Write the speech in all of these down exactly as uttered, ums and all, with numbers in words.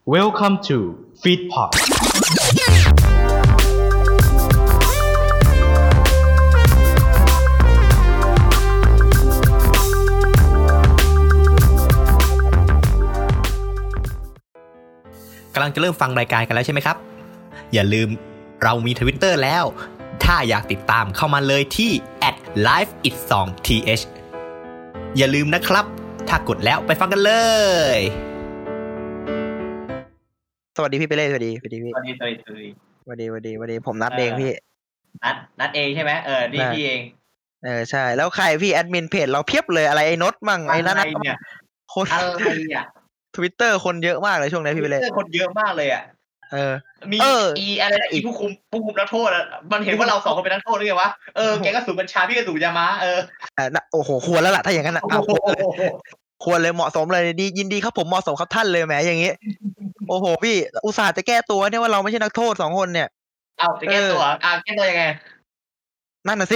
Welcome to Feedpot กำลังจะเริ่มฟังรายการกันแล้วใช่ไหมครับอย่าลืมเรามี Twitter แล้วถ้าอยากติดตามเข้ามาเลยที่ แอท ไลฟ์ อิท สอง ที เอช อย่าลืมนะครับถ้ากดแล้วไปฟังกันเลยสวัสดีพี่เปเล่สวัสดีสวัสดีพี่สวัสดีสวัสดีสวัสดีสวัสดีสวัสดีสวัสดีผมนัดเองพี่นัดนัดเองใช่ไหไหมเออนี่พี่เองเออใช่แล้วใครพี่แอดมินเพจเราเพียบเลยอะไรไอ้นดมั่งไอ้นั่นอะไรเนี่ยคนอะไรอ่ะ Twitter คนเยอะมากเลยช่วงนี้พี่เปเล่คนเยอะมากเลยอ่ะเออมีเอออีอะไรนะอีผู้คุมผู้คุมนักโทษอ่ะมันเห็นว่าเราสองคนเป็นนักโทษหรือไงวะเออแกก็สูบกัญชาพี่ก็สูบยาม้าเอออ่ะนะโอ้โหควรแล้วล่ะถ้าอย่างนั้นอ่ะเอาควรเลยโอ้โหควรเลยเหมาะสมเลยดียินดีครับผมเหมาะสมครับท่านเลยแหมอย่างงี้ โอ้โหพี่อุตส่าห์จะแก้ตัวเนี่ยว่าเราไม่ใช่นักโทษสองคนเนี่ยเอาจะแก้ตัวอ่ะแก้ตัวยังไงนั่นน่ะสิ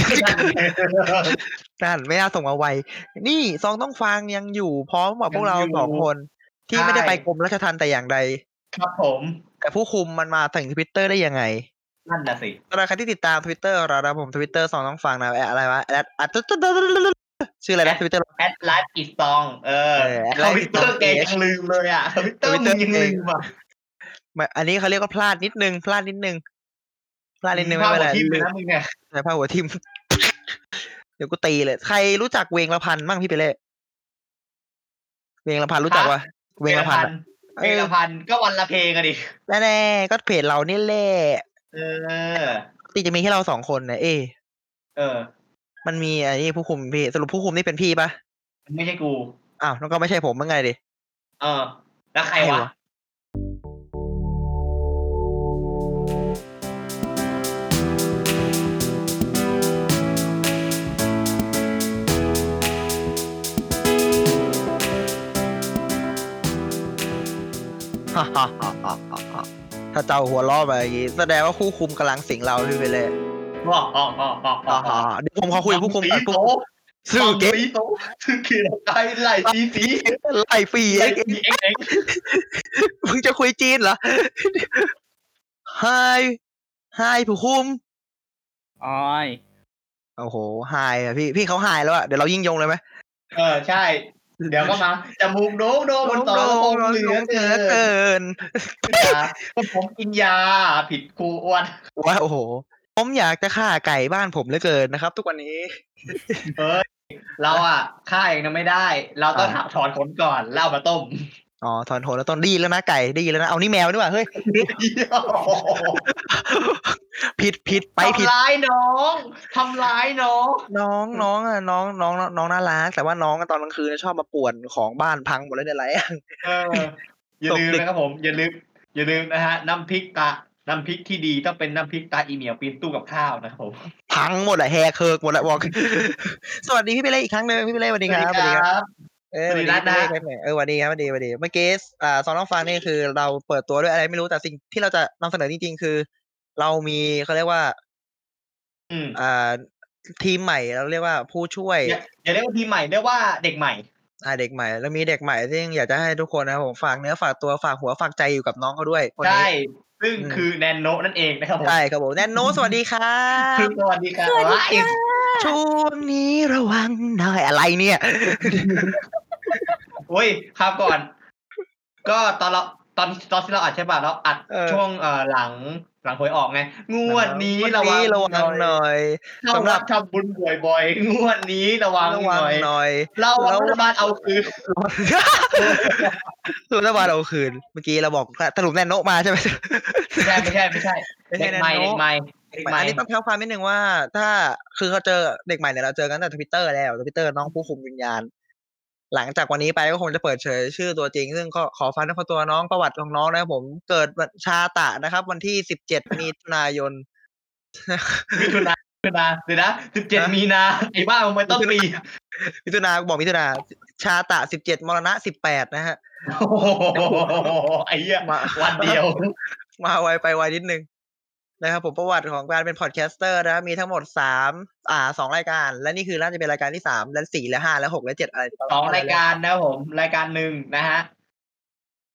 นั่นไม่น่าส่งมาไวนี่ซองต้องฟังยังอยู่พร้อมกับพวกเราสองคนที่ไม่ได้ไปกรมราชทัณฑ์แต่อย่างใดครับผมแต่ผู้คุมมันมาถึง Twitter ได้ยังไงนั่นน่ะสิสำหรับใครที่ติดตาม Twitter เรานะผม Twitter สองต้องฟังนะอะไรวะแอดอัดชื่ออะไรนะ Twitter แอดไลฟ์อีสตองเออเออ At ทวิตเตอร์แกยังลืมเลยอ่ะทวิตเตอร์มึงยังลืมอ่ะอันนี้เขาเรียกว่าพลาดนิดนึงพลาดนิดนึงพลาดนิดนึงภาไม่พเป็นหัวไรทิ่มเลยนะมึงเนี่ยใช่ผ้าหัวทิ่ม เดี๋ยวกูตีเลยใครรู้จักเวงละพันบ้างพี่เปเล่เวงละพันรู้จักวะเวงละพันเพลงละพันก็วันละเพลงอะดิแน่ๆก็เพจเรานี่แหละเออตีจะมีแค่เราสองคนนะเอ๊ะเออมันมีอันนี้ผู้คุมพี่สรุปผู้คุมนี่เป็นพี่ปะไม่ใช่กูอ้าวแล้วก็ไม่ใช่ผมมั้งไงดิเออ แล้วใครวะฮ่าฮ่าฮ่าฮ่าฮ่าฮ่าถ้าเจ้าหัวล้อมาอย่างงี้แสดงว่าคู่คุมกำลังสิงเราพี่ไปเลยว้าฮ่าฮ่าฮ่าฮ่าฮ่าเดี๋ยวผมขอคุยกับผู้คุมก่อนผู้คุมซื่อเก๊กสีโตซื่อเกียร์ไกไหลสีสีไล่ฟรีไอเอ็กเอ็กเอ็กมึงจะคุยจีนเหรอไฮไฮผู้คุมออยโอ้โหไฮอะพี่พี่เขาไฮแล้วอะเดี๋ยวเรายิ่งยงเลยไหมเออใช่ เดี๋ยวก็มาจมูกโด่งโด่งบนต่อคงเหลือเกิเกินนผมกินยาผิดครูอ้วนว่าโอ้โหผมอยากจะฆ่าไก่บ้านผมเหลือเกินนะครับ ทุกวันนี้เฮ้ยเราอ่ะฆ่าเองนะไม่ได้ เราต้องถอนขนก่อนแล้วเอามาต้มอ๋อถอนโหนแล้วต้นดีแล้วนะไก่ดีแล้วนะเอานี่แมวดีกว่าเฮ้ยผิดผิดไปผิดทำร้ายน้องทำร้ายน้องน้องน้องอ่ะน้องน้องน้องน่ารักแต่ว่าน้องตอนกลางคืนชอบมาป่วนของบ้านพังหมดเลยในไรอย่างเอออย่าลืมนะครับผมอย่าลืมอย่าลืมนะฮะน้ำพริกตาน้ำพริกที่ดีต้องเป็นน้ำพริกตาอีเหมียวปีนตู้กับข้าวนะครับผมพังหมดอะแฮเคิร์กหมดละบอก สวัสดีพี่ไปเล่อีกครั้งหนึ่งพี่ไปเล่สวัสดีครับสวัสดีครับเออสวัสดีนะพี่เล่เออสวัสดีครับสวัสดีสวัสดีเมื่อกี้อ่าซองน้องฟังนี่คือเราเปิดตัวด้วยอะไรไม่รู้แต่สิ่งที่เราจะนำเสนอจริงๆคือ เรามีเขาเรียกว่าอืมอ่าทีมใหม่เราเรียกว่าผู้ช่วยอย่าอย่าเรียกว่าทีมใหม่เรียกว่าเด็กใหม่อ่าเด็กใหม่แล้วมีเด็กใหม่ซึ่งอยากจะให้ทุกคนนะครับผมฝากเนื้อฝากตัวฝากหัวฝากใจอยู่กับน้องเขาด้วยคนใช่นี้ซึ่งคือแนนโนนั่นเองนะครับผมใช่ครับผมแนนโนสวัสดีครับสวัสดีครับช่วงนี้ระวังหน่อยอะไรเนี่ยโอ้ยครับก่อน ก็ตอนเราตอนตอนที่เราอัดใช่ป่ะเราอัดเออช่วงเอ่อหลังหลังหวยออกไงงวดนี้วันระวังระวังหน่อยสำหรับทำบุญบ่อยๆงวดนี้ระวังระหวังน่อยหน่อยเรารัฐบาลเอาคืนรัฐบาลเอาคืนเมื่อกี้เราบอกสรุปแนนโนมาใช่ไหมไม่ใช่ไม่ใช่ไม่ใช่ไม่ใช่เด็กใหม่แนนโนเด็กใหม่เด็กใหม่อันนี้ต้องเท้าความนิดนึงว่าถ้าคือเขาเจอเด็กใหม่เนี่ยเราเจอกันแต่ทวิตเตอร์แล้วทวิตเตอร์น้องผู้คุมวิญญาณ หลังจากวันนี้ไปก็คงจะเปิดเผยชื่อตัวจริง ซึ่งก็ขอฟังเนื้อตัวน้องประวัติของน้องนะครับผมเกิดวันชาตะนะครับ วันที่สิบเจ็ดมิถุนายนมิถุนามิถุนาเดี๋ยวนะสิบเจ็ดมีนาไอ้บ้ามึงไม่ต้องปีมิถุนาบอกมิถุนาชาตะสิบเจ็ดมรณะสิบแปดนะฮะโอ้โหไอ้เหี้ยมาวันเดียวมาไวไปไวนิดนึงนะครับผมประวัติของการเป็นพอดแคสเตอร์นะมีทั้งหมดสามอ่าสองรายการ และนี่คือน่าจะเป็นรายการที่สามและสี่และห้าและหกและเจ็ดอะไรสองรายการนะครับผมรายการหนึ่งนะฮะ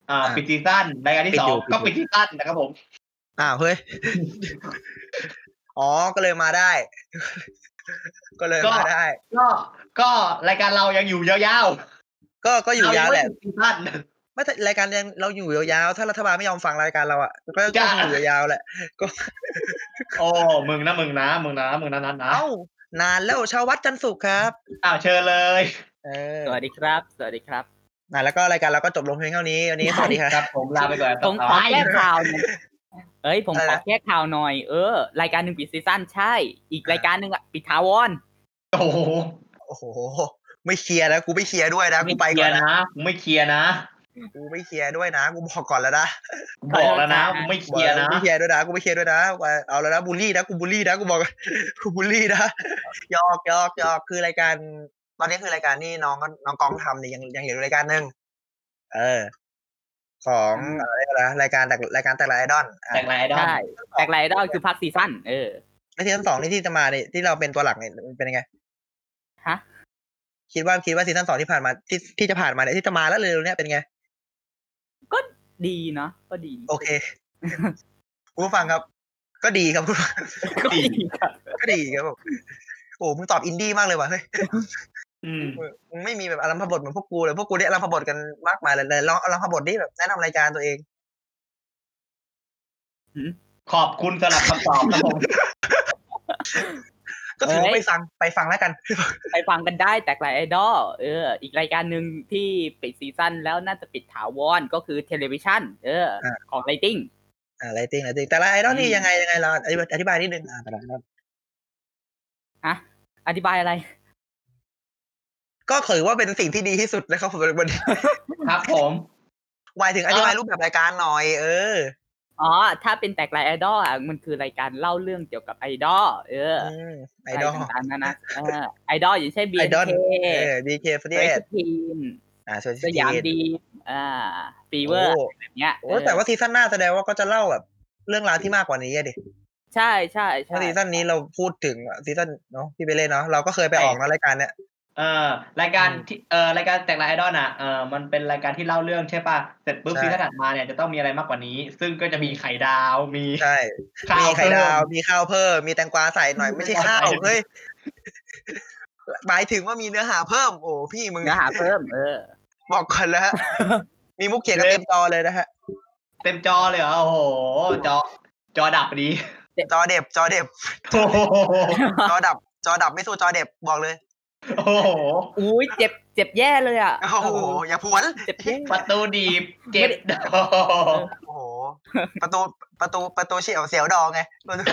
อ่าปิดซีซั่นรายการที่สองก็ปิดซีซั่นนะครับผมอ้าวเฮ้ย อ๋อก็เลยมาได้ ก็เลยมาได้ก็ก็รายการเรายังอยู่ยาวก็ก็ๆอยู่ยาวแหละเรงไม่ปิดซีซั่นไม่แต่รายการยังเราอยู่ยาวๆถ้ารัฐบาลไม่ยอมฟังรายการเราอ่ะก็ก็อยู่ยาวๆแหละก็โอ้มึงนะมึงนะมึงนะมึงนะนัทนะเอ้านานแล้วชาววัดจันทร์สุขครับอ้าวเชิญเลยเออสวัสดีครับสวัสดีครับอ่ะแล้วก็รายการเราก็จบลงเพียงเท่านี้วันนี้สวัสดีครับครับผมลาไปก่อนผมขอแก้ข่าวหน่อยเอ้ยผมอะไรขอนะแก้ข่าวหน่อยเออรายการหนึ่งปิดซีซั่นใช่ อีกรายการหนึ่งอ่ะปิดถาวรโอ้โหโอ้โหไม่เคลียร์นะกูไม่เคลียร์ด้วยนะกูไม่ไปเคลีก่ยอนร์นะนะไม่เคลียร์นะกูไม่เคลียร์ด้วยนะกูบอกก่อนแล้วนะบอกแล้วนะไม่เคลียร์นะกูไม่เคลียร์ด้วยนะกูไม่เคลียร์ด้วยนะเอาแล้วนะบูลลี่นะกูบูลลี่นะกูบอกกูบูลลี่นะยอกยอกยอกคือรายการตอนนี้คือรายการที่น้องน้องกองทำเนี่ยยังยังเหลือรายการหนึ่งเออ ของอะไรนะรายการแต่รายการแต่ละไอดอลแต่งไลน์ไอดอลใช่แต่รายได้คือพักซีซั่นเออในซีซั่นสองนี่ที่จะมาเนี่ยที่เราเป็นตัวหลักเนี่ยมันเป็นยังไงฮะคิดว่าคิดว่าซีซั่นสองที่ผ่านมาที่ที่จะผ่านมาเนี่ยที่จะมาแล้วเร็วๆเนี่ยเป็นไงก็ดีเนาะก็ดีโอเคคุณผู้ฟังครับ ก็ดีครับคุณผู้ฟังก็ดีครับก็ดีครับผมโอ้มึงตอบอินดี้มากเลยว่ะเฮ้ยอืมมึงไม่มีแบบอารมพบทเหมือนพวกกูเลยพวกกูเนี่ยอารมพบทกันมากมายเลยลองอารมพบทนี่แบบแนะนำรายการตัวเองขอบคุณสำหรับคำตอบครับผมก็ถือว่าไปฟังไปฟังแล้วกันไปฟังกันได้แต่รายไอดอลเอออีกรายการหนึ่งที่ปิดซีซั่นแล้วน่าจะปิดถาวรก็คือเทเลวิชันเออของไลติ้งอ่าไรติ้งไรติ้งแต่ละไอดอลนี่ยังไงยังไงเราอธิบายอธิบายนิดนึงอ่าแต่ละไอดอลอะอธิบายอะไรก็ถือว่าเป็นสิ่งที่ดีที่สุดนะครับผมวันนี้ครับผมหมายถึงอธิบายรูปแบบรายการหน่อย เอออ๋อถ้าเป็นแตกลายไอดอลอ่ะมันคือรายการเล่าเรื่องเกี่ยวกับไอดอลเอออืมไอดอละรต่างๆนะนะเออไอดอลอย่างเช่น บีไอเอ็นดอลเคเออ บี เคเรสี่สิบเอ็ดสทีมอ่าสยามดีอ่าฟีเวอร์แบบเนี้ยโอ้แต่ว่าซีซั่นหน้าแสดงว่าก็จะเล่าแบบเรื่องราวที่มากกว่านี้อะดิใช่ใช่ใช่เพราะซีซั่นนี้เราพูดถึงซีซั่นเนาะพี่ไปเล่นเนาะเราก็เคยไปออกนะรายการเนี้ยเอ่อรายการที่เอ่อรายการแต่งไลน์ไอดอลน่ะเอ่อมันเป็นรายการที่เล่าเรื่องใช่ป่ะเสร็จปุ๊บใช่ซีซั่นถัดมาเนี่ยจะต้องมีอะไรมากกว่านี้ ซึ่งก็จะมีไข่ดาวมีใช่ข้าวมีไข่ดาวเพิ่มมีข้าวเพิ่มมีแตงกวาใส่หน่อยไม่ใช่ข้าวใส่เฮ้ยหมายถึงว่ามีเนื้อหาเพิ่มโอ้พี่มึงเนื้อหาเพิ่มเออบอกก่อนแล้วฮะมีมุกเขียนกันเต็มจอเลยนะฮะเต็มจอเลยเหรอโอ้โหจอจอดับดีจอเด็บจอเด็บโอ้โหจอดับจอดับไม่สู้จอเด็บบอกเลยโอ้โหอุ้ยเจ็บเจ็บแย่เลยอ่ะโอ้โหอย่าผวนเจ็บแย่ประตูดีบเจ็บดอโอ้โหประตูประตูประตูเฉียวเสียวดองไง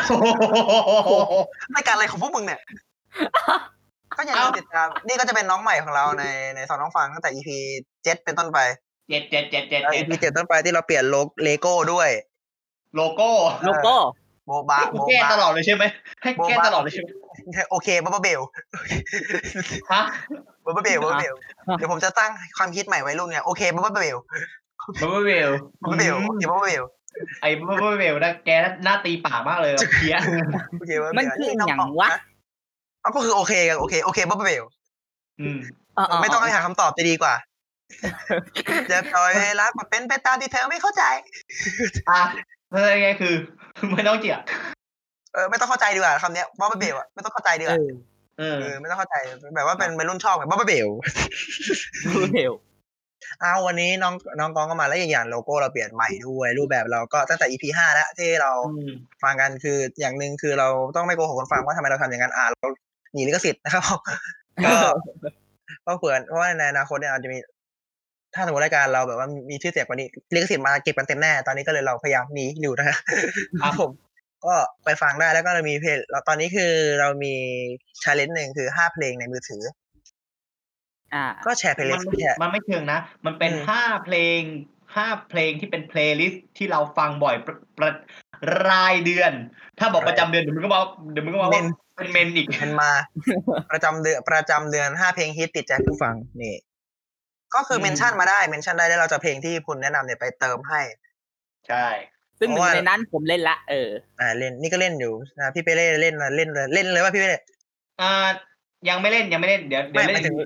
รายการอะไรของพวกมึงเนี่ยก็อย่าลืมติดตามนี่ก็จะเป็นน้องใหม่ของเราในในสอนน้องฟังตั้งแต่ อี พี เจ็ดเป็นต้นไปเจ็ดเจ็ดเจ็ดเจ็ดแล้วเจ็อีดพีเจ็ดต้นไปที่เราเปลี่ยนโลเลโก้ด้วยโลโก้โลโก้โบบะให้โบแก้บะตลอดเลยใช่ไหมให้แก้ตลอดเลยใช่ไหมโอเคบับเบิ้ลเบลฮะบับเบิ้ลเบลบับเบิ้ลเบลเดี๋ยวผมจะตั้งความคิดใหม่ไว้รุ่นเนี่ยโอเคบับเบิ้ลเบลบับเบิ้ลเบลบับเบิ้ลเบลโอเคบับเบิ้ลเบลไอ้บับเบิ้ลเบลนะแกหน้าตีปากมากเลยเพี้ยโอเคบับเบิ้ลมันเบลคืออย่างวะเอาก็คือโอเคกันโอเคโอเคบับเบิ้ลเบลอืมไม่ต้องให้หาคำตอบจะดีกว่าจะปล่อยให้รักมันเป็นไปตามที่เธอไม่เข้าใจอ่ะอะไรไงคือ ไม่ต้องเจียเออไม่ต้องเข้าใจดีกว่าคำเนี้ยบับเบิ้ลเบลอะไม่ต้องเข้าใจดีกเอว่าอเออเออไม่ต้องเข้าใจแบบว่าเป็นวัยรุ่นชอบแบบบับเบิ้ลเบลเร็วเอาวันนี้น้องน้องกองก็มาแล้วอย่างอย่างโลโก้เราเปลี่ยนใหม่ด้วยรูปแบบเราก็ตั้งแต่ อี พี ห้าแล้วที่เราอืมฟังกันคืออย่างหนึ่งคือเราต้องไม่โกหกคนฟังว่าทำไมเราทำอย่างนั้นอ่าเราหนีลิขสิทธิ์นะครับก็ก็เผื่อเพราะว่าในอนาคตเนี่ยอาจจะมี ถ้าสมมติรายการเราแบบว่ามีชื่อเสียงกว่านี้ลิขสิทธิ์มาเก็บกันเต็มแน่ตอนนี้ก็เลยเราพยายามหนีอยู่นะฮะครับผมก็ไปฟังได้แล้วก็เรามีเพลงเราตอนนี้คือเรามีชาเลนจ์หนึ่งคือห้าเพลงในมือถืออ่าก็แชร์เพลย์ลิมัสนต์ไม่แชร์มันไม่เชิงนะ มันเป็นอืมห้าเพลงห้าเพลงที่เป็นเพลย์ลิสต์ที่เราฟังบ่อยประประรายเดือน ถ้าบอกประจำเดือนเดี๋ยวมึงก็บอกเดี๋ยวมึงก็บอกว่าเป็นเมนอีกมันมา ประจำเดือนประจำเดือนห้าเพลงฮิตติดใจผู้ฟังนี่ก็คือเมนชั่นมาได้เมนชั่นได้แล้วเราจะเพลงที่คุณแนะนำเนี่ยไปเติมให้ใช่ซึ่งหนึ่งในนั้นผมเล่นละเอออ่าเล่นนี่ก็เล่นอยู่นะพี่ไปเล่นเล่นเล่นเลยเล่นเลยว่าพี่ไปเล่นอ่ายังไม่เล่นยังไม่เล่นเดี๋ยวเดี๋ยวไม่เล่ไม่นถึง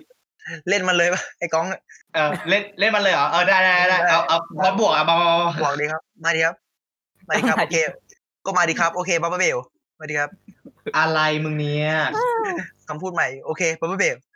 เล่นมันเลยป่ะไอ้ก้องเออเล่นเล่นมันเลยเหรอเออได้ได้ได้เอาเอาพร้อมบวกอ่ะมามามาบอกดีครับมาดีครับมาดีครับโอเคก็มาดีครับโอเคบับเบิ้ลเบลมาดีครับอะไรมึงเนี่ยคำพูดใหม่โอเคบับเบิ้ลเบล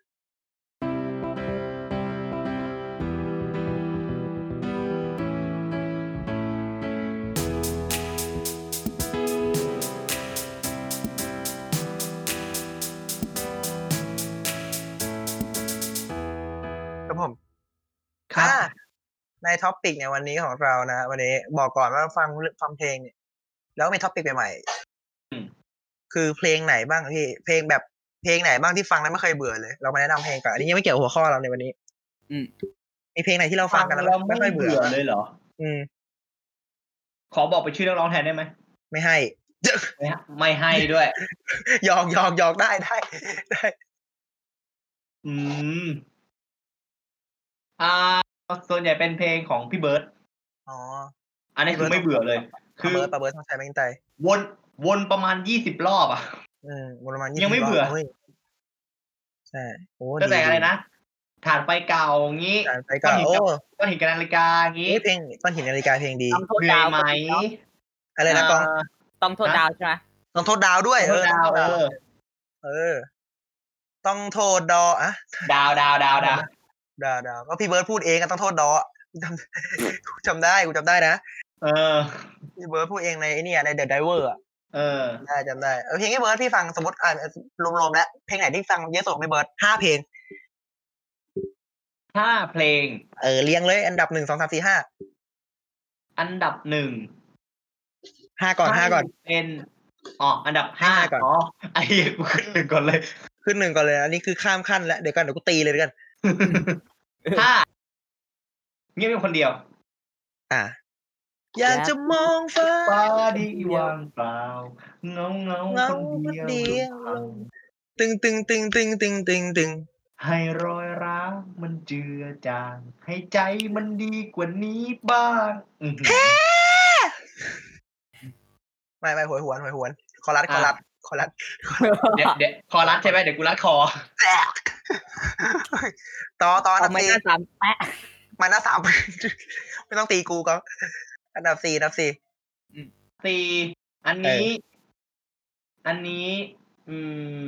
ครับผมค่ะในท็อปปิกในวันนี้ของเรานะวันนี้บอกก่อนว่าฟังฟังเพลงเนี่ยแล้วมีท็อปปิกใหม่ๆคือเพลงไหนบ้างพี่เพลงแบบเพลงไหนบ้างที่ฟังแล้วไม่เคยเบื่อเลยเรามาแนะนำเพลงกันอันนี้ยังไม่เกี่ยวกับหัวข้อเราในวันนี้อืมมีเพลงไหนที่เราฟังกันแล้วไม่ค่อยเบื่อเลยเหรออืมขอบอกไปชื่อนักร้องแทนได้ไหมไม่ให้ไม่ให้ด้วยหยอกหยอกหยอกได้ได้ได้อืมอ่าส่วนใหญ่เป็นเพลงของพี่เบิร์ดอ๋ออันนี้คือไม่เบื่อเลยคือเบิร์ดเบิร์ดต้องใช้แม่งใจวนวนประมาณยี่สิบรอบอ่ะอืมวนประมาณยี่สิบยังไม่เบื่อใช่โอ้ตั้งแต่อะไรนะฐานไฟเก่างี้ฐานไฟเก่าโอ้ก้อนหินกับนาฬิกางี้เพลงก้อนหินนาฬิกาเพลงดีเหนื่อยไหมอะไรนะกองต้องโทษดาวใช่ไหมต้องโทษดาวด้วยเออดาวเออเออต้องโทษดออะดาวดาวดาวดาวดาวดาวก็พี่เบิร์ดพูดเองก็ต้องโทษดอกูจำได้กูจำได้นะเออพี่เบิร์ดพูดเองในไอ้นี่ใน The Diver อ่ะเออได้จำได้เออเพลงพี่เบิร์ดพี่ฟังสมมติอ่ารวมๆแล้วเพลงไหนที่ฟังเยอะสุดพี่เบิร์ดห้าเพลงห้าเพลงเออเรียงเลยอันดับหนึ่งสองสามสี่ห้าอันดับหนึ่งห้าก่อนห้าก่อนเป็นอ๋ออันดับห้าก่อนอ๋อไอ้กูขึ้นหนึ่งก่อนเลยขึ้นหนึ่งก่อนเลยอันนี้คือข้ามขั้นแล้วเดี๋ยวกันเดี๋ยวกูตีเลยเดี๋ยวกันห้าเงียบเป็นคนเดียวอ่ะอยากจะมองฟ้าฟ้าดีว่างเปล่าเงาเงาคนเดียวตึงตึงตึงตึงตึงตึงตึงให้รอยร้าวมันเจือจางให้ใจมันดีกว่านี้บ้างไม่ไม่หวยหวนหวยหวนคอรัดคอรัดคอรัดเดี๋ยวเดี๋ยวคอรัดใช่ไหมเดี๋ยวกูรัดคอต่อต่ออันดับสี่สามแปะมาหน้าสามไม่ต้องตีกูก็อันดับสี่อันดับสี่สี่อันนี้อันนี้อืม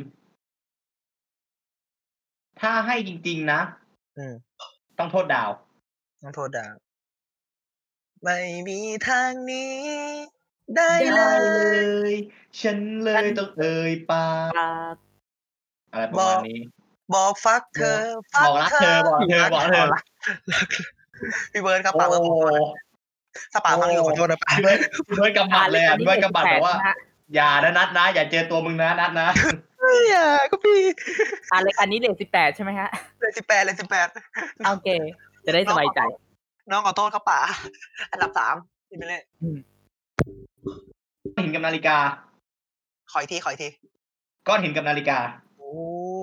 ถ้าให้จริงๆนะต้องโทษดาวต้องโทษดาวไม่มีทางนี้ได้เลยฉันเลยต้องเอ่ยปากอะไรประมาณนี้บอกฟักเธอบอกรักเธอบอกเธอบอกเธอพี่เบิร์ดครับปากเบิร์ดผมสปาฟังอยู่ขอโทษนะพี่เบิร์ดพี่เบิร์ดกำบัดเลยอ่ะพี่เบิร์ดกำบัดบอกว่าอย่านะนัดนะอย่าเจอตัวมึงนะนัดนะอย่าก็พี่อ่ะรายการนี้เลทสิบแปดใช่ไหมฮะเลทสิบแปดเลทสิบแปดโอเคจะได้สบายใจน้องขอโทษครับป๋าอันดับสามนี่ไปเลยก้อนหินกับนาฬิกาขออีกทีขออีกทีก้อนหินกับนาฬิกาโอ้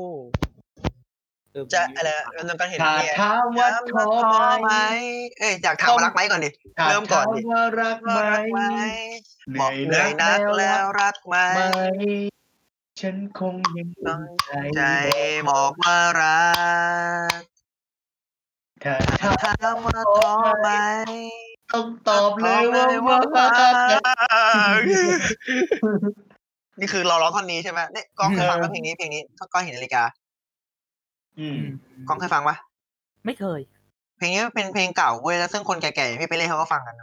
จะอะไรเริ่มก้อนหินเนี่ยถามว่าท้อไหมเอ้ยอยากถามว่ารักไหมก่อนดิเริ่มก่อนดิว่ารักไหมบอกเหนื่อยนักแล้วรักไหมฉันคงยังตั้งใจบอกว่ารักถ้าถามว่าท้อไหมต้องตอบเลยว่าว่านี่คือเราร้องท่อนนี้ใช่ไหมเนี่ยก้องเคยฟังเพลงนี้เพลงนี้ก้อนหินนาฬิกาอืมก้องเคยฟังปะไม่เคยเพลงนี้เป็นเพลงเก่าเว้ยแล้วซึ่งคนแก่ๆพี่ไปเล่นเขาก็ฟังกัน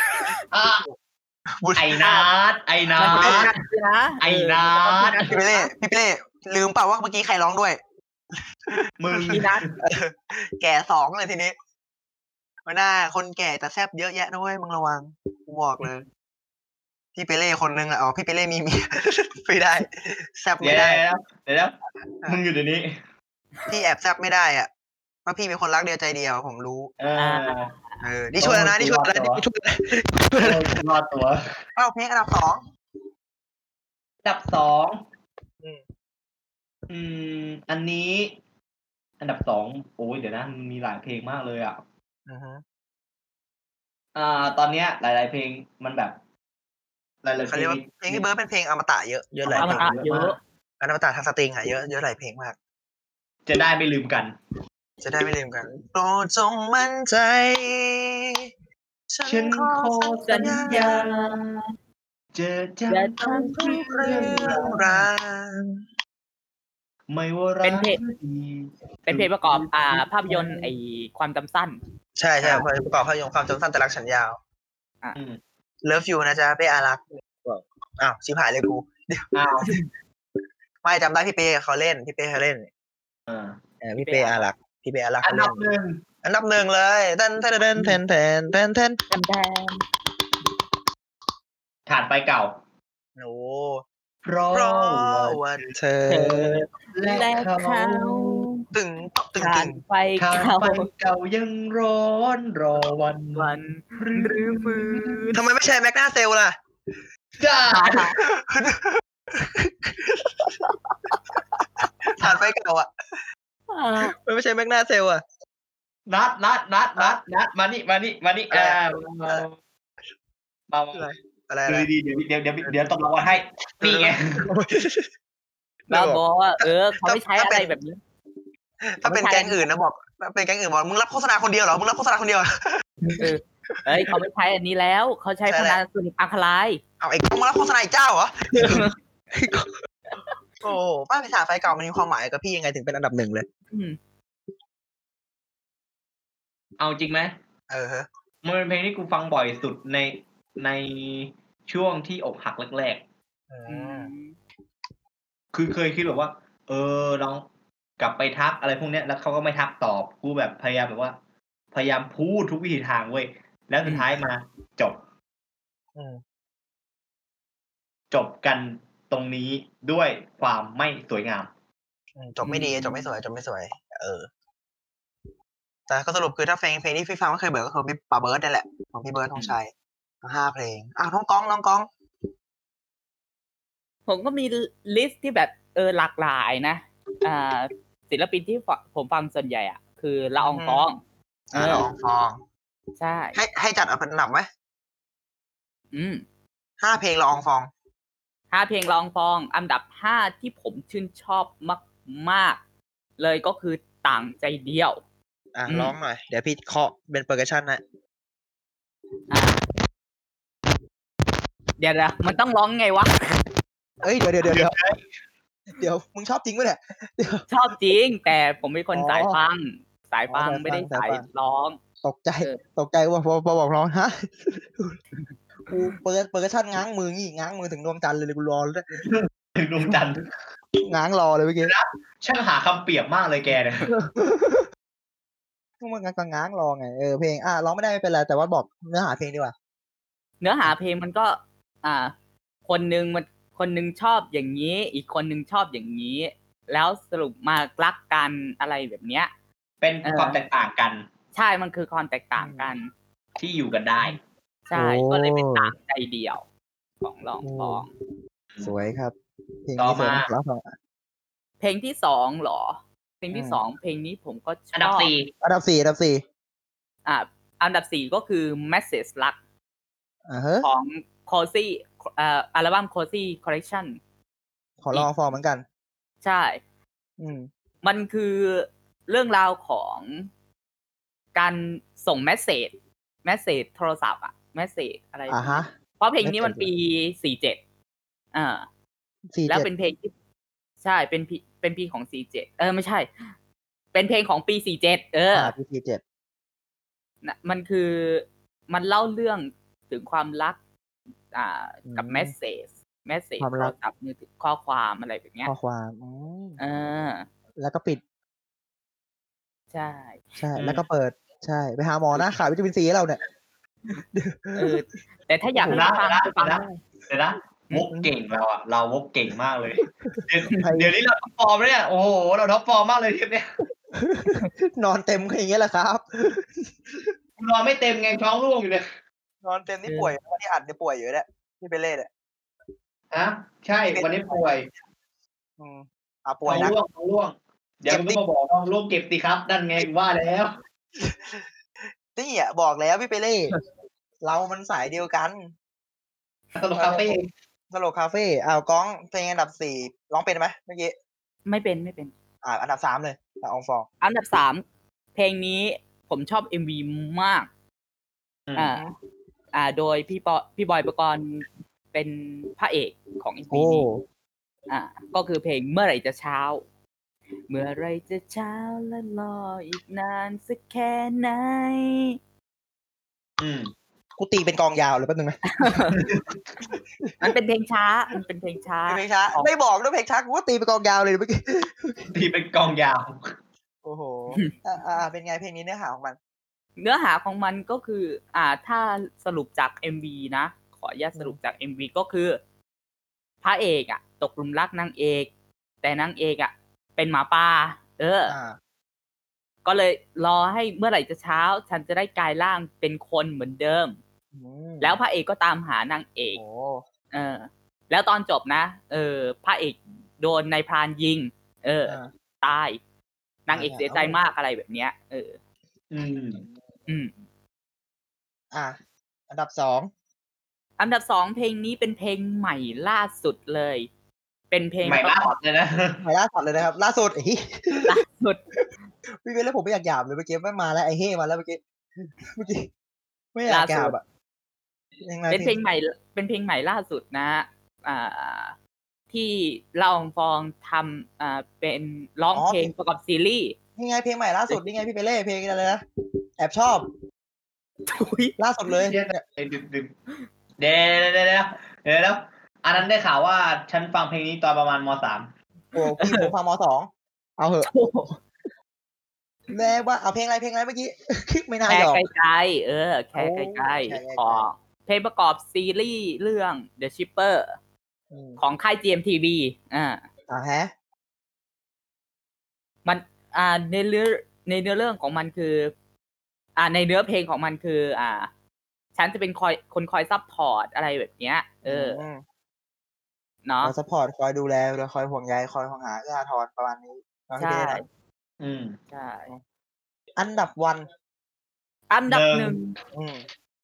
ไอ้นัดไอ้นัดไอ้นัดพี่ไปเล่พี่ไปเล่ลืมเปล่าว่าเมื่อกี้ใครร้องด้วยมึงพี่นัดแก่สองเลยทีนี้วันหน้าคนแก่แต่แซ่บเยอะแยะด้วยมึงระวังกูบอกเลยพี่เปเล่คนนึงอ่ะอ๋อพี่เปเล่มีเมียไม่ได้แซ่บไม่ได้เดี๋ยวๆมึงอยู่เดี๋ยวนี้พี่แอบแซ่บไม่ได้อ่ะเพราะพี่เป็นคนรักเดียวใจเดียวผมรู้เออเออนี่ช่วยนะนี่ช่วยนะนี่ช่วยรอดตัวเอ้าเพลงอันดับสองอันดับสองอืมอืมอันนี้อันดับสองโอ้ยเดี๋ยวนะมีหลายเพลงมากเลยอ่ะอือฮะอ่าตอนเนี้ยหลายๆเพลงมันแบบหลายๆเพลงเพลงที่เบิร์ดเป็นเพลงอมตะเยอะเยอะหลายเพลงเยอะอมตะทางสตริงอ่ะเยอะเยอะหลายเพลงมากจะได้ไม่ลืมกันจะได้ไม่ลืมกันโปรดจงมั่นใจฉันขอสัญญาจะจำทุกเรื่องราวไม่ว่ารักเป็นเพลงเป็นเพลงประกอบอ่าภาพยนตร์ไอความจำสั้นใช่ใช่ประกอบภาพยนตร์ความจำสั้นแต่รักฉันยาวอ่ะเลิฟยูนะจ๊ะเป้อารักษ์อ้าวชิบหายเลยกูเดี๋ยวอ้าวไม่จำได้พี่เป้เขาเล่นพี่เป้เขาเล่นอ่าเออพี่เป้อารักษ์พี่เป้อารักษ์อันเขาดัเล่นบหนึ่งอันดับหนึ่งเลยเต้นเต้นเต้นเต้นเต้นเต้นเต้นแทนแทนฐานไฟเก่าโอ้เพราะเพราะว่าเธอเธอและและเขาเขาตึงตึงทาตึนงไฟฐานเก่าไฟเก่ายังร้อนรอวันวันหรือมือทำไมไม่ใช่แมกนาเซลล่ะจ้าฐานไฟเก่าอ่ะมันไม่ใช่แมกนาเซลอ่ะนัดนัดนัดนัดนัดมานี่มานี่มานี่อ่ามามาอะไรอะไรดูอะไรดีๆเดี๋ยวเดี๋ยวเดี๋ยวเดี๋ยวตบรางวัลให้นี่ไงบ้าบอว่าเออเขาไม่ใช้อะไรแบบนี้ถ้าเป็นแก๊งอื่นนะบอกถ้าเป็นแก๊งอื่นบอกมึงรับโฆษณาคนเดียวเหรอมึงรับโฆษณาคนเดียวเออเอ้ยเขาไม่ใช้อันนี้แล้วเขาใช้พนาสุนิอังคลายเอาไอ้กล้องมารับโฆษณาอีกเจ้าเหรอ โอ้ป้าภาษาไฟเก่ามันมีความหมายกับพี่ยังไงถึงเป็นอันดับหนึ่งเลยอืมเอาจริงไหมเออฮะมันเป็นเพลงที่กูฟังบ่อยสุดในในช่วงที่อกหักแรกอืมๆคือเคยคิดแบบว่า เออลองกลับไปทักอะไรพวกเนี้ยแล้วเขาก็ไม่ทักตอบกูแบบพยายามแบบว่า พยายามพูดทุกวิธีทางเว้ยแล้วสุดท้ายมาจบอืมจบกันตรงนี้ด้วยความไม่สวยงามอืมจบไม่ดีจบไม่สวยจบไม่สวย เออ แต่ก็สรุปคือถ้าเพลงเพลงที่พี่ฟังก็เคยเบิร์ดก็คือพี่ป่าเบิร์ดนี่แหละของพี่เบิร์ดธงชัยทั้งห้าเพลงอ้าวน้องก้องน้องก้องผมก็มีลิสต์ที่แบบเออหลากหลายนะอ่าศิลปินที่ผมฟังส่วนใหญ่อ่ะคือละอองฟองอ่าละอองฟองใช่ให้ให้จัดอันดับไหมอืมห้าเพลงละอองฟองห้าเพลงละอองฟอง อันดับห้าที่ผมชื่นชอบมากๆเลยก็คือต่างใจเดียวอ่ะอืมร้องหน่อยเดี๋ยวพี่เคาะเป็นเปอร์คัชชั่นนะอ่าเดี๋ยวนะมันต้องร้องไงวะเอ้ยเดี๋ยวเดี๋ยวเดี๋ยวเดี๋ยวเดี๋ยวมึงชอบจริงปะเนี่ยชอบจริง แต่ผมเป็นคนอ๋อสายฟัง สายฟังอ๋อสายฟังไม่ได้สายสายฟังร้องตกใจเออตกใจว่าพอพอบอกร้องฮะกูเปิดเปิดกระชั่นง้างมืองี้ง้างมือถึงดวงจันทร์เลยเลยกูรอเลยถึงดวงจันทร์ง้างรอเลยเมื่อกี้ช่างหาคำเปรียบมากเลยแกเนี่ยพวกมันก็ง้างรอไงเออเพลงอ่ะร้องไม่ได้ไม่เป็นไรแต่ว่าบอกเนื้อหาเพลงดีกว่าเนื้อหาเพลงมันก็ อ่า คนนึงมันคนนึงชอบอย่างนี้ อีกคนนึงชอบอย่างนี้ แล้วสรุปมารักกันอะไรแบบเนี้ยเป็นเออความแตกต่างกันใช่มันคือความแตกต่างกันที่อยู่กันได้ใช่โอ้ก็เลยเป็นต่างใจเดียว ของลองฟองสวยครับ เพลงต่อนี้สวยมาแล้วฟังเพลงที่สองเหรอ เพลงที่อืมสองเพลงนี้ผมก็ชอบอันดับสี่อันดับสี่อันดับสี่อ่าอันดับสี่ก็คือ Message รักอ่าฮะของ Cozy เอ่ออัลบั้ม Cozy Collection ขอลองฟอร์มเหมือนกันใช่อืมมันคือเรื่องราวของการส่งเมสเซจเมสเซจโทรศัพท์อะเมสเซจอะไรอ่าฮะเพราะเพลงนี้มันปีสี่เจ็ดอ่าสี่แล้วเจ็ดเป็นเพลงที่ใช่เป็นปีเป็นปีของสี่เจ็ดเออไม่ใช่ เป็นเพลงของปีสี่เจ็ดเอออ่าพี่สี่เจ็ดนะมันคือมันเล่าเรื่องถึงความรัก อ่า กับอืมเมสเซจเมสเซจความโทรัรกศัพท์มือถือข้อความอะไรแบบเนี้ยข้อความอืมเออแล้วก็ปิดใช่ใช่ แล้วก็เปิด ใช่ ไปหาหมอนะขาดวิตามินซีให้เราเนี่ยเออ แต่ถ้าอยากให้นะฟังนะก็ฟังนะได้เดี๋ยวนะมุกเก่งเราอะเรามุกเก่งมากเลย เดี๋ยวใครเดี๋ยวนี้เราท็อปฟอร์มแล้วเนี่ยโอ้โหเราท็อปฟอร์มมากเลยทีเนี้ยนอนเต็มก็อย่างเงี้ยแหละครับนอนไม่เต็มไงท้องร่วงอยู่เลยนอนเต็มนี่ป่วยวันที่อัดเนี่ยป่วยอยู่เนี่ยที่ไปเล่นอ่ะฮะใช่วันนี้ป่วยอืมอ่ะป่ท้วอย งนะร่วงท้องร่วงเดี๋ยวมึงก็มาบอกท้องร่วงเก็บสิครับนั่นไงว่าแล้วนี่อ่ะบอกแล้วพี่ไปเล่ เรามันสายเดียวกันตลกคาเฟ่สโลคาเฟ่อ้าวก้องเพลงอันดับสี่ร้องเป็นไหมเมื่อกี้ไม่เป็นไม่เป็นอ่าอันดับสามเลยละอองฟองอันดับสามเพลงนี้ผมชอบ เอ็ม วี มากอืมอ่า อ่า โดยพี่ปอพี่บอยปกรณ์เป็นพระเอกของ เอ็ม วีโอ้นี้อ่า ก็คือเพลงเมื่อไหร่จะเช้า เมื่อไหร่จะเช้าและรออีกนานสักแค่ไหนอืมกูตีเป็นกองยาวเลยแป๊บนึงนะมันเป็นเพลงช้า มันเป็นเพลงช้าเพลงช้าไม่บอกด้วยเพลงช้ากูก็ตีเป็นกองยาวเลยเมื่อกี้ตีเป็นกองยาวโอ้โหอ่าอ่าเป็นไงเพลงนี้เนื้อหาของมันเนื้อหาของมันก็คือ อ่า ถ้าสรุปจาก เอ็ม วี นะ ขออนุญาตสรุปจาก เอ็ม วี ก็คือ พระเอกอ่ะ ตกหลุมรักนางเอก แต่นางเอกอ่ะ เป็นหมาป่า เอออ่าก็เลยรอให้เมื่อไหร่จะเช้า ฉันจะได้กลายร่างเป็นคนเหมือนเดิมอืมแล้วพระเอกก็ตามหานางเอกโอ้เออ แล้วตอนจบนะ เออ พระเอกโดนนายพรานยิง เอออ่าตาย นางเอกเสียใจมากอะไรแบบเนี้ย เอออืมอืมอ่ะอันดับสองอันดับสองเพลงนี้เป็นเพลงใหม่ล่าสุดเลย เป็นเพลงใหม่ล่าสุดเลยนะใหม่ล่าสุดเลยนะครับ ล่าสุดไอ้เหี้ยล่าสุดพี่เบนแล้วผมไม่อยากหยาบเลยเมื่อกี้ไม่มาแล้วไอ้เฮ่มาแล้วเมื่อกี้เมื่อกี้ไม่อยากหยาบอ่ะยังไงเป็นเพลงใหม่ เป็นเพลงใหม่ล่าสุดนะ อ่า ที่เล่าของฟองทำอ่า เป็นร้องเพลงประกอบซีรีส์นี่ไงเพลงใหม่ล่าสุดนี่ไงพี่เปเล่เพลงอะไรนะแอบชอบอุ๊ยล่าสุดเลยเดี๋ยวเดี๋ยวเดี๋ยวเดี๋ยวเดี๋ยวแล้วอันนั้นได้ข่าวว่าฉันฟังเพลงนี้ตอนประมาณมสามโอ้พี่ผมฟังมสองเอาเหอะแม่ว่าเอาเพลงอะไรเพลงอะไรเมื่อกี้ ไม่น่าแค่หยอกไกลๆเออ แค่ไกลโอ้แค่ไกลๆๆของเพลงประกอบซีรีส์เรื่อง The Shipper อืมของค่าย จี เอ็ม ที วี อ่าอ่าฮะมัน อ่า ในเรื่องในเนื้อเรื่องของมันคือ อ่า ในเนื้อเพลงของมันคือ อ่า ฉันจะเป็นคอยคนคอยซัพพอร์ตอะไรแบบเนี้ย เออมเนาะคอยซัพพอร์ตคอยดูแลคอยห่วงใยคอยห่วงหาเอื้ออาทรประมาณนี้เนาะพี่ใช่เป้นะอืมใช่อันดับวันอันดับหหนึ่นึ่งงอืม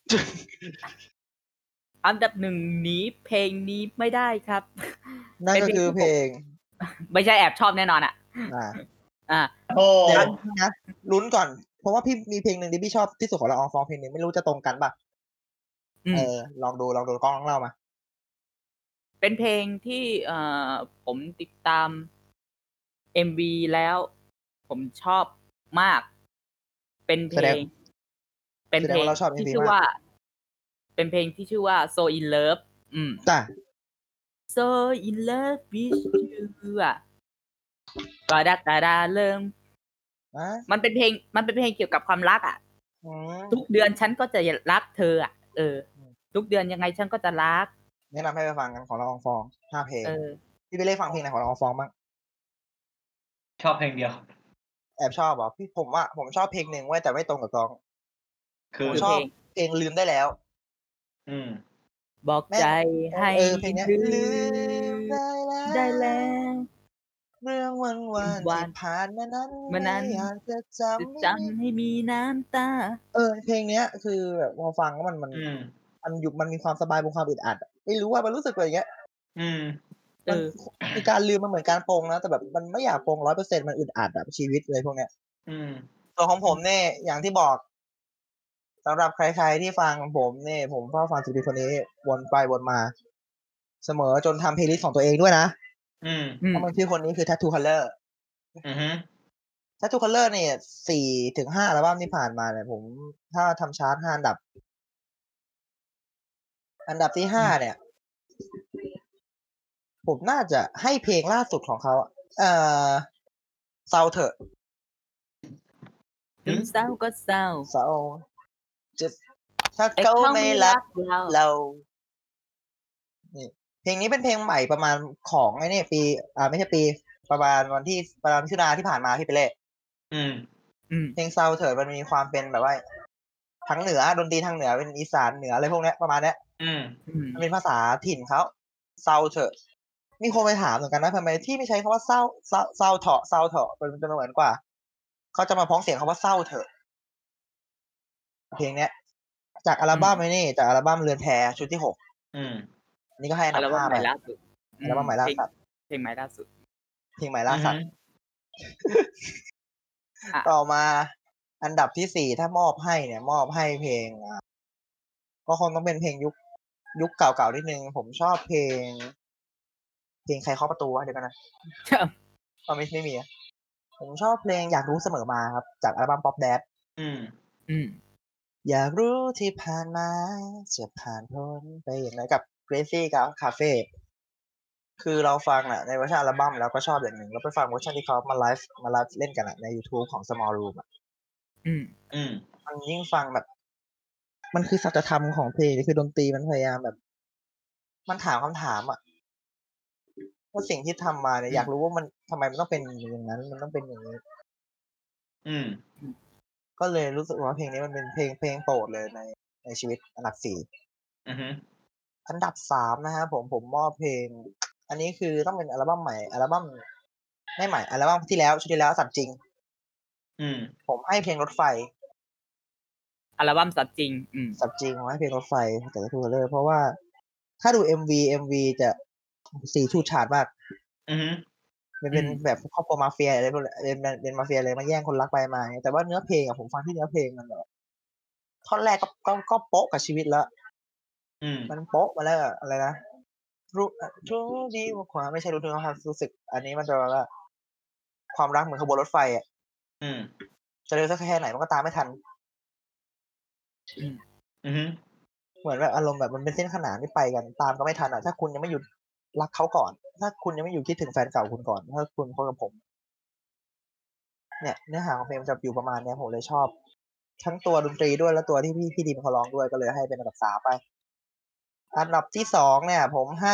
อันดับหนึ่งหนีเพลงนี้ไม่ได้ครับนั่นก็คือเพลงไม่ใช่แอบชอบแน่นอนอ่ะอ่าอ่าโอ้เดี๋ยวนะลุ้นก่อน เพราะว่าพี่มีเพลงหนึ่งที่พี่ชอบที่สุดของละอองฟองเพลงหนึ่งไม่รู้จะตรงกันป่ะอืมเออลองดูลองดูกล้องลองเล่ามาเป็นเพลงที่เอ่อผมติดตาม เอ็ม วี แล้ว ผมชอบมาก เป็นเพแสลดงง เป็นเพลงแสดงว่าเราชอบที่เอ็ม วีชื่อมากว่า เป็นเพลงที่ชื่อว่า So in Love อืมจ้ะ So in love with you อ่ะก็ดักดาดาเริ่มอ่ะมันเป็นเพลง มันเป็นเพลงเกี่ยวกับความรักอ่ะอืมทุกเดือนฉันก็จะรักเธออ่ะ เออ ทุกเดือนยังไงฉันก็จะรักแนะนำให้ไปฟังกันของละอองฟองห้าเพลงเออพี่ไปเล่ฟังเพลงไหนของละอองฟองบ้างชอบเพลงเดียวแอบชอบเหรอพี่ผมว่าผมชอบเพลงหนึ่งไว้ยแต่ไม่ตรงกับกองคือผมชอบเพลงลืมได้แล้วอืมบอกใจให้เออเพลงเนี้ยลืลืมมได้แล้วได้แล้วเรื่องวันวันวันที่ผ่านมานั้นเมื่อนั้นไอยากจะจจะำจำให้มีน้ำตาเออเพลงเนี้ย คือแบบพอฟังแล้วมันมันอืมมันอยู่มันมีความสบายบนความอึดอัดอะไม่รู้ว่ามันรู้สึกแบบอย่างเงี้ยอืมเอมันอคือการลืมมันเหมือนการปลงนะแต่แบบมันไม่อยากปลงร้อยเปอร์เซ็นต์มันอึดอัดแบบชีวิตเลยพวกเนี้ยอืมส่วนของผมเนี่ยอย่างที่บอกสำหรับใครๆที่ฟังผมเนี่ยผมเฝ้าฟังศิลปินคนนี้วนไปวนมา เสมอจนทำเพลย์ลิสต์ของตัวเองด้วยนะอืมอืมเพราะมันชื่อคนนี้คือ Tattoo Color อือฮึ Tattoo Color เนี่ยสี่ถึงห้าอัลบั้มที่ผ่านมาเนี่ยผมถ้าทำชาร์ตห้าอันดับ อันดับที่ห้าเนี่ย ผมน่าจะให้เพลงล่าสุดของเขาอะเอ่อเศร้าเถอะถึงเศร้าก็เศร้าเศร้าจะถ้าแต่เขาเขาไม่ไม่รัรักกเราเรานี่เพลงนี้เป็นเพลงใหม่ประมาณของไอ้นี่ปี อ่าไม่ใช่ปี ประมาณวันที่ประมาณมิถุนาที่ผ่านมาพี่เปเล่อืมอืมเพลงเศร้าเถิดมันมีความเป็นแบบว่าทางเหนือดนตรีทางเหนือเป็นอีสานเหนืออะไรพวกเนี้ยประมาณเนี้ยอืมอืมมันเป็นภาษาถิ่นเขาเศร้าเถอะมีคนไปถามเหมือนกันนะทำไมที่ไม่ใช้คำว่าเศร้าเศร้าเศร้าเถาะเศร้าเถาะมันจะเหมือนกว่าเขาจะมาพ้องเสียงคำว่าเศร้าเถอะเพลงเนี้ย จากอัลบั้มไอ้นี่จากอัลบั้มเรือนแพชุดที่หกอืมอันนี้ก็ให้อันอัดัลบบั้มห้าใหไปม่ล่าสุดอัลบั้มใหม่ล่าสุดเพลงใหม่ล่าสุดเพลงใหม่ล่าสัตว์อ่ะต่อมาอันดับที่สี่ถ้ามอบให้เนี่ย มอบให้เพลงอ่ะก็คงต้องเป็นเพลงยุคยุคเก่าๆนิดนึงผมชอบเพลง เพลงใครเคาะประตูวะเดี๋ยวกันนะเอาไม่ไม่มีอะผมชอบเพลงอยากรู้เสมอมาครับ จากอัลบั้ม Pop Dad อืมอืมอยากรู้ที่ผ่านมาจะผ่านพ้นไปอย่างไรกับ Gracie กับ Cafe คือเราฟังอ่ะในเวอร์ชันอัลบั้มแล้วก็ชอบอย่างหนึ่งแล้วไปฟังเวอร์ชันที่เขามาไลฟ์มาไลฟ์เล่นกันอ่ะใน YouTube ของ Small Room อ่ะอืมอืมมันยิ่งฟังแบบ มันคือสัจธรรมของเพลงคือดนตรีมันพยายามแบบ มันถามคำถามอ่ะว่าสิ่งที่ทำมาเนี่ยอยากรู้ว่ามันทำไมมันต้องเป็นอย่างนั้น มันต้องเป็นอย่างนี้อืมก็เลยรู้สึกว่าเพลงนี้มันเป็นเพลงเพลงโปรดเลยในในชีวิตอันดับสี่อือฮึอันดับสามนะฮะผมผมมอบเพลง อันนี้คือต้องเป็นอัลบั้มใหม่อัลบั้มไม่ใหม่อัลบั้มที่แล้วชุดที่แล้วสัตว์จริงอืมผมให้เพลงรถไฟอัลบั้มสัตว์จริง อืมสัตว์จริงผมให้เพลงรถไฟแต่ทูเลอร์เพราะว่าถ้าดู เอ็ม วี เอ็ม วี จะสีชูดฉาดมากอือฮึมันเป็นแบบครอบครัวมาเฟียอะไรพวกเป็นเป็นมาเฟียเลยมาแย่งคนรักไปมาแต่ว่าเนื้อเพลงอะผมฟังที่เนื้อเพลงมันแบบท่อนแรกก็ก็ก็โป๊ะกับชีวิตแล้วอืมมันโป๊ะมาแล้วอะไรนะรู้รู้ดีว่าความไม่ใช่รู้ถึงความรู้สึก อันนี้มันจะว่าความรักเหมือนขบวนรถไฟอ่ะอืมจะเร็วสักแค่ไหนมันก็ตามไม่ทันอือฮึเหมือนแบบอารมณ์แบบมันเป็นเส้นขนานที่ไปกันตามก็ไม่ทันอ่ะถ้าคุณยังไม่หยุดรักเขาก่อน ถ้าคุณยังไม่หยุดคิดถึงแฟนเก่าคุณก่อนถ้าคุณคบกับผม เนี่ยเนื้อหาของเพลงมันจะอยู่ประมาณเนี้ยผมเลยชอบ ทั้งตัวดนตรีด้วยแล้วตัวที่พี่พี่ดิมเขาร้องด้วยก็เลยให้เป็นอันดับสามไป อันดับที่สองเนี่ย ผมให้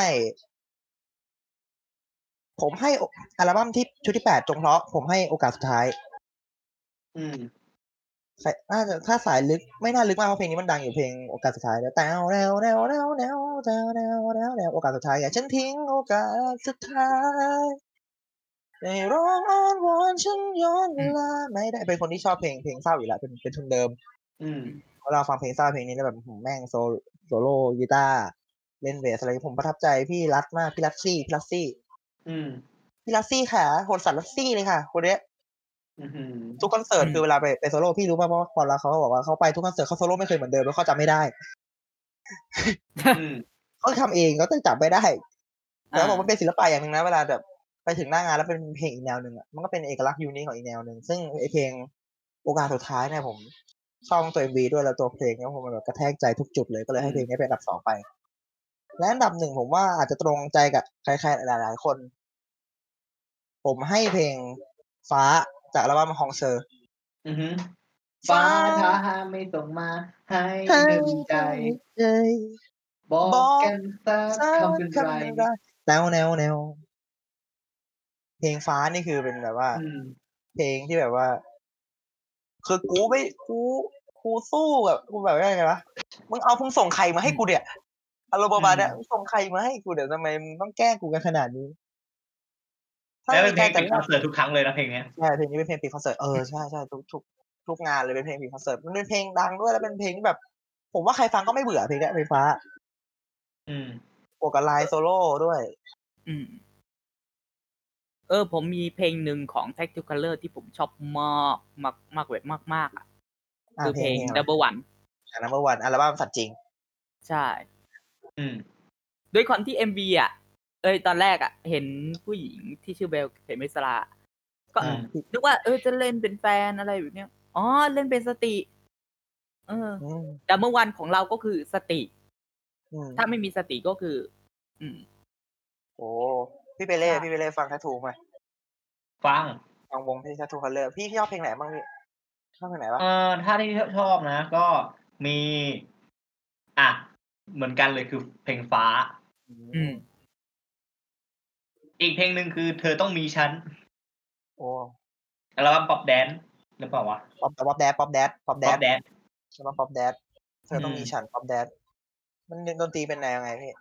ผมให้อัลบั้มที่ชุดที่แปดจงเพราะผมให้โอกาสสุดท้ายอืมน่าจะถ้าสายลึกไม่น่าลึกมากเพราะเพลงนี้มันดังอยู่เพลงโอกาสสุดท้ายแล้วแต่แนวแนวแนวแนวแนวแนวแนวแนวโอกาสสุดท้ายอ่ะฉันทิ้งโอกาสสุดท้ายได้ร้องอ้อนวอนฉันย้อนเวลาไม่ได้เป็นคนที่ชอบเพลงเพลงเศร้าอยู่แล้วเป็นเป็นทุนเดิมอืมเวลาฟังเพลงเศร้าเพลงนี้แล้วแบบแม่งโซโซโล่กีตาร์เล่นเบสอะไรผมประทับใจพี่รัฐมากพี่รัชซี่พี่รัชซี่อืมพี่รัชซี่ค่ะโหดสัตว์รัชซี่เลยค่ะคนเนี้ยอือฮึทุกคอนเสิร์ตคือเวลาไปไปโซโล่พี่รู้ป่ะเพราะพอแล้วเขาก็บอกว่าเขาไปทุกคอนเสิร์ตเขาโซโล่ไม่เคยเหมือนเดิมแล้วเขาจำไม่ได้อืมเขาทำเองเขาต้องจับไม่ได้แต่บอกอ่ามันเป็นศิลปะอย่างหนึ่งนะเวลาแบบไปถึงหน้างานแล้วเป็นเพลงอีกแนวหนึ่งอ่ะมันก็เป็นเอกลักษณ์ยูนิคของอีกแนวหนึ่งซึ่งไอเพลงโอกาสสุดท้ายเนี่ยผมชอบตัว เอ็ม วี ด้วยแล้วตัวเพลงเนี่ยผมมันแบบกระแทกใจทุกจุดเลยก็เลยให้เพลงนี้เป็นอันดับสองไปและอันดับหนึ่งผมว่าอาจจะตรงใจกับใครๆหลายๆคน ผมให้เพลงฟ้าจากอัลบั้มฮองเซอร์อือฮึฟ้าถ้าไม่ส่งมาให้หนึ่งใจ บอกกันสักคำเป็นไรแนวแนวแนวเพลงฟ้านี่คือเป็นแบบว่าอืมเพลงที่แบบว่า คือกูไม่กูกูสู้แบบกูแบบว่าไงวะมึงเอามึงส่งใครมาให้กูเนี่ยอารมณ์ประมาณเนี้ยมึงส่งใครมาให้กูเดี๋ยวทำไมมึงต้องแกล้งกูกันขนาดนี้แล้วเป็นเพลงแต่ปิดคอนเสิร์ตทุกครั้งเลยนะเพลงเนี้ยใช่เพลงนี้เป็นเพลงปิดคอนเสิร์ตเออใช่ใช่ทุกทุกทุกงานเลยเป็นเพลงปิดคอนเสิร์ตมันเป็นเพลงดังด้วยแล้วเป็นเพลงที่แบบ ผมว่าใครฟังก็ไม่เบื่อเพลงเนี้ยเพลงฟ้าอืมบวกกับไลน์โซโล่ด้วยอืม เออ ผมมีเพลงหนึ่งของ Tactical Color ที่ผมชอบมากมากมากแบบมากมากๆอ่ะอ่าคือเพเพลลงงเพลงอะไร Double One อ่า number one อัลบั้มสัตว์จริงใช่อืมด้วยความที่ เอ็ม วี อ่ะ เอ้ยตอนแรกอ่ะ เห็นผู้หญิงที่ชื่อเบลเขมิสราก็อืมนึกว่าเออจะเล่นเป็นแฟนอะไรแบบเนี้ยอ๋อ เล่นเป็นสติ เอออืม Double One ของเราก็คือสติอืมถ้าไม่มีสติก็คือ อืมโอ้พี่เปเล่ใช่พี่เปเล่ฟังแททูไหมฟังฟังวงพี่แททูคัลเลอร์พี่ชอบเพลงไหนบ้างพี่ชอบเพลงไหนบ้างเอ่อถ้าที่ชอบนะ ก็มี อ่ะ เหมือนกันเลยคือเพลงฟ้าอืมอีกเพลงหนึ่งคือเธอต้องมีฉันโอ้อัลบั้มป๊อปแดนหรือเปล่าวะป๊อปป๊อปแดดป๊อปแดดป๊อปแดป๊อดปแดนใช่ไหมป๊อปแดดเธอต้องอืมมีฉันป๊อปแดดมันดนตรีเป็นแนวไงพี่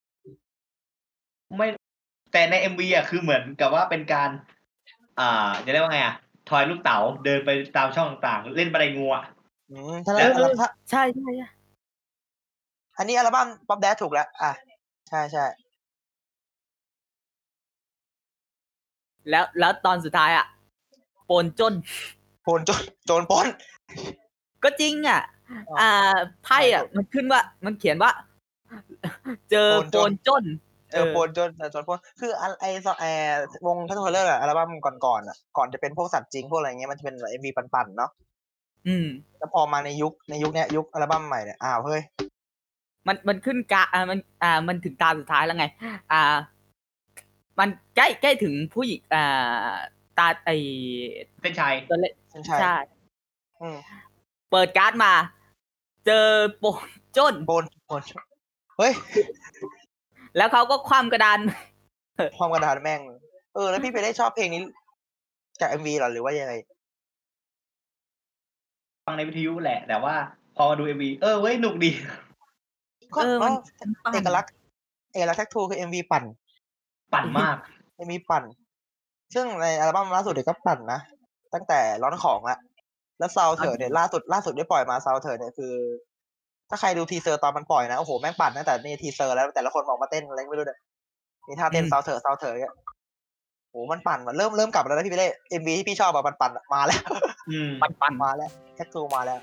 ไม่แต่ใน เอ็ม วี อ่ะคือเหมือนกับว่าเป็นการ อ่าจะเรียกว่าไงอ่ะทอยลูกเต๋าเดินไปตามช่องต่างๆ เล่นบันไดงูอ่ะอืมถ้าแล้แล้ววถ้าใช่ใช่ใช่อันนี้อัลบั้มป๊อปแดดถูกแล้วอ่ะใช่ใช่แล้วแล้วตอนสุดท้ายอ่ะ โปนจนปนโจรโจรปล้นก็จริงอ่ะ อ่าไพ่อ่ะมันขึ้นว่ามันเขียนว่า เจอโปนจนเจอโปนจนโจรปล้นคือไอ้ไอ้วงทัตทูเทเลอร์อะอัลบั้มก่อนๆอ่ะก่อนจะเป็นพวกสัตว์จริงพวกอะไรเงี้ยมันจะเป็น เอ็ม วี ปั่นๆเนาะอืมแล้วพอมาในยุคในยุคเนี้ยยุคอัลบั้มใหม่เนี่ยอ้าวเฮ้ยมันมันขึ้นกะอ่ามันอ่ามันถึงตาสุดท้ายแล้วไง อ่า มันใกล้ใกล้ถึงผู้หญิงอ่าตาไอเส้นชัยตัวเล็กเส้นชัยใช่อืมเปิดการ์ดมา เจอโปนจนโปนโปนเฮ้ยแล้วเขาก็คว่ำกระดานคว่ำกระดานแม่งเออแล้วพี่ไปได้ชอบเพลงนี้จาก เอ็ม วี หรอหรือว่ายังไงฟังในวิทยุแหละแต่ว่าพอมาดู เอ็ม วี เออเว้ยหนุกดีก็มันเอกลักษณ์เอกลักษณ์แท็กทูคือ เอ็ม วี ปั่นปั่นมากเอ็ม วี ปั่นซึ่งในอัลบั้มล่าสุดเนี่ยก็ปั่นนะตั้งแต่ร้อนของละแล้วซาวเถิดเนี่ยล่าสุดล่าสุดได้ปล่อยมาซาวเถิดเนี่ยคือถ้าใครดูทีเซอร์ตอนมันปล่อยนะโอ้โหแม่งปั่นตั้งแต่นี่ทีเซอร์แล้วแต่ละคนออกมาเต้นอะไรไม่รู้เนี่ยมีท่าเต้นซาวเถิดซาวเถิดเนี่ยโอ้มันปั่นมันเริ่มเริ่มกลับมาแล้วนะพี่ไปเล่ เอ็ม วี ที่พี่ชอบอะมันปั่นมาแล้วอืมปั่นปั่นมาแล้วแท็กทูมาแล้ว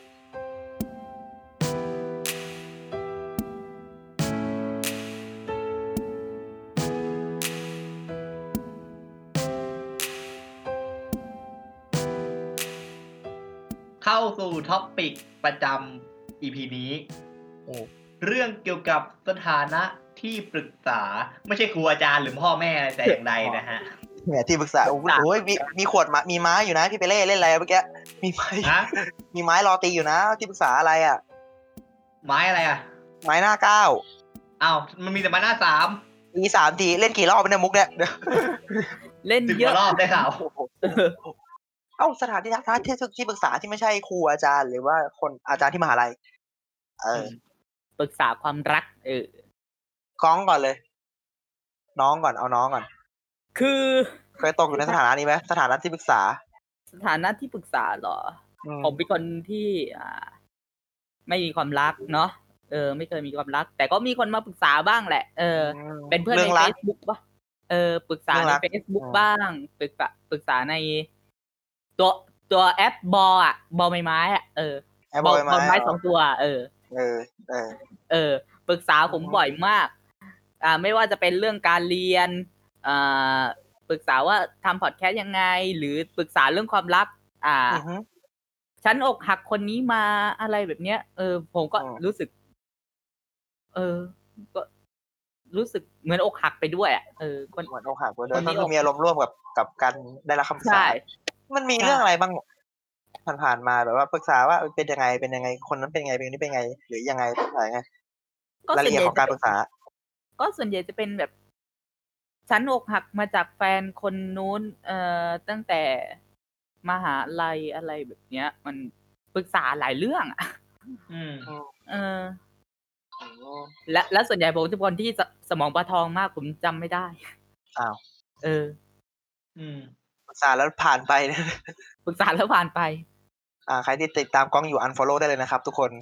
เข้าสู่ท็อปปิกประจำ อี พี นี้เรื่องเกี่ยวกับสถานะที่ปรึกษาไม่ใช่ครูอาจารย์หรือพ่อแม่อะไรแต่อย่างใดนะฮะแหมที่ปรึกษาโอ้ยมีมีขวดมามีไม้อยู่นะพี่ไปเล่เล่นอะไรเมื่อกี้มีไม้มีไม้รอตีอยู่นะที่ปรึกษาอะไรอ่ะไม้อะไรอ่ะไม้หน้าเก้าอ้าวมันมีแต่ไม้หน้าสามมีสามทีเล่นกี่รอบเป็นมุกเนี่ยเล่นเยอะรอบได้ข่าวเอ้าสถานที่ทักที่ที่ปรึกษาที่ไม่ใช่ครูอาจารย์หรือว่าคนอาจารย์ที่มหาลัยเออปรึกษาความรักเออก้องก่อนเลยน้องก่อนเอาน้องก่อนคือเคยตกอยู่ในสถานะนี้ไหมสถานะที่ปรึกษาสถานะที่ปรึกษาเหรอผมเป็นคนที่อ่าไม่มีความรักเนาะเออไม่เคยมีความรักแต่ก็มีคนมาปรึกษาบ้างแหละเออเป็นเพื่อนใน Facebook ป่ะเออปรึกษาใน Facebook บ้างปรึกษาปรึกษาในตัวตัวแอปบอลอ่ะบอลไม้ไม้อ่ะเออบอลไม้สองตัวเออเออเออเออปรึกษาผมบ่อยมากอ่าไม่ว่าจะเป็นเรื่องการเรียนอ่าปรึกษาว่าทำพอดแคสต์ยังไงหรือปรึกษาเรื่องความรักอ่าฉันอกหักคนนี้มาอะไรแบบเนี้ยเออผมก็รู้สึกเออก็รู้สึกเหมือนอกหักไปด้วยอ่ะเออคนเหมือนอกหักไปด้วยก็คือมีอารมณ์ร่วมกับกับการได้รับคำปรึกษามันมีเรื่องอะไรบ้างผ่านๆมาแบบว่าปรึกษาว่าเป็นยังไงเป็นยังไงคนนั้นเป็นยังไงเป็นนี้เป็นยังไงหรือยังไงอะไรไงรายละเอียดของการปรึกษาก็ส่วนใหญ่จะเป็นแบบฉันอกหักมาจากแฟนคนนู้นเอ่อตั้งแต่มหาลัยอะไรแบบเนี้ยมันปรึกษาหลายเรื่องอ่ะอืมเออและและส่วนใหญ่ผมทุกคนที่สมองปลาทองมากผมจำไม่ได้อ้าวเอออืมปรึกษาแล้วผ่านไปปรึกษาแล้วผ่านไปอ่าใครที่ติดตามกล้องอยู่ unfollow ได้เลยนะครับทุกคน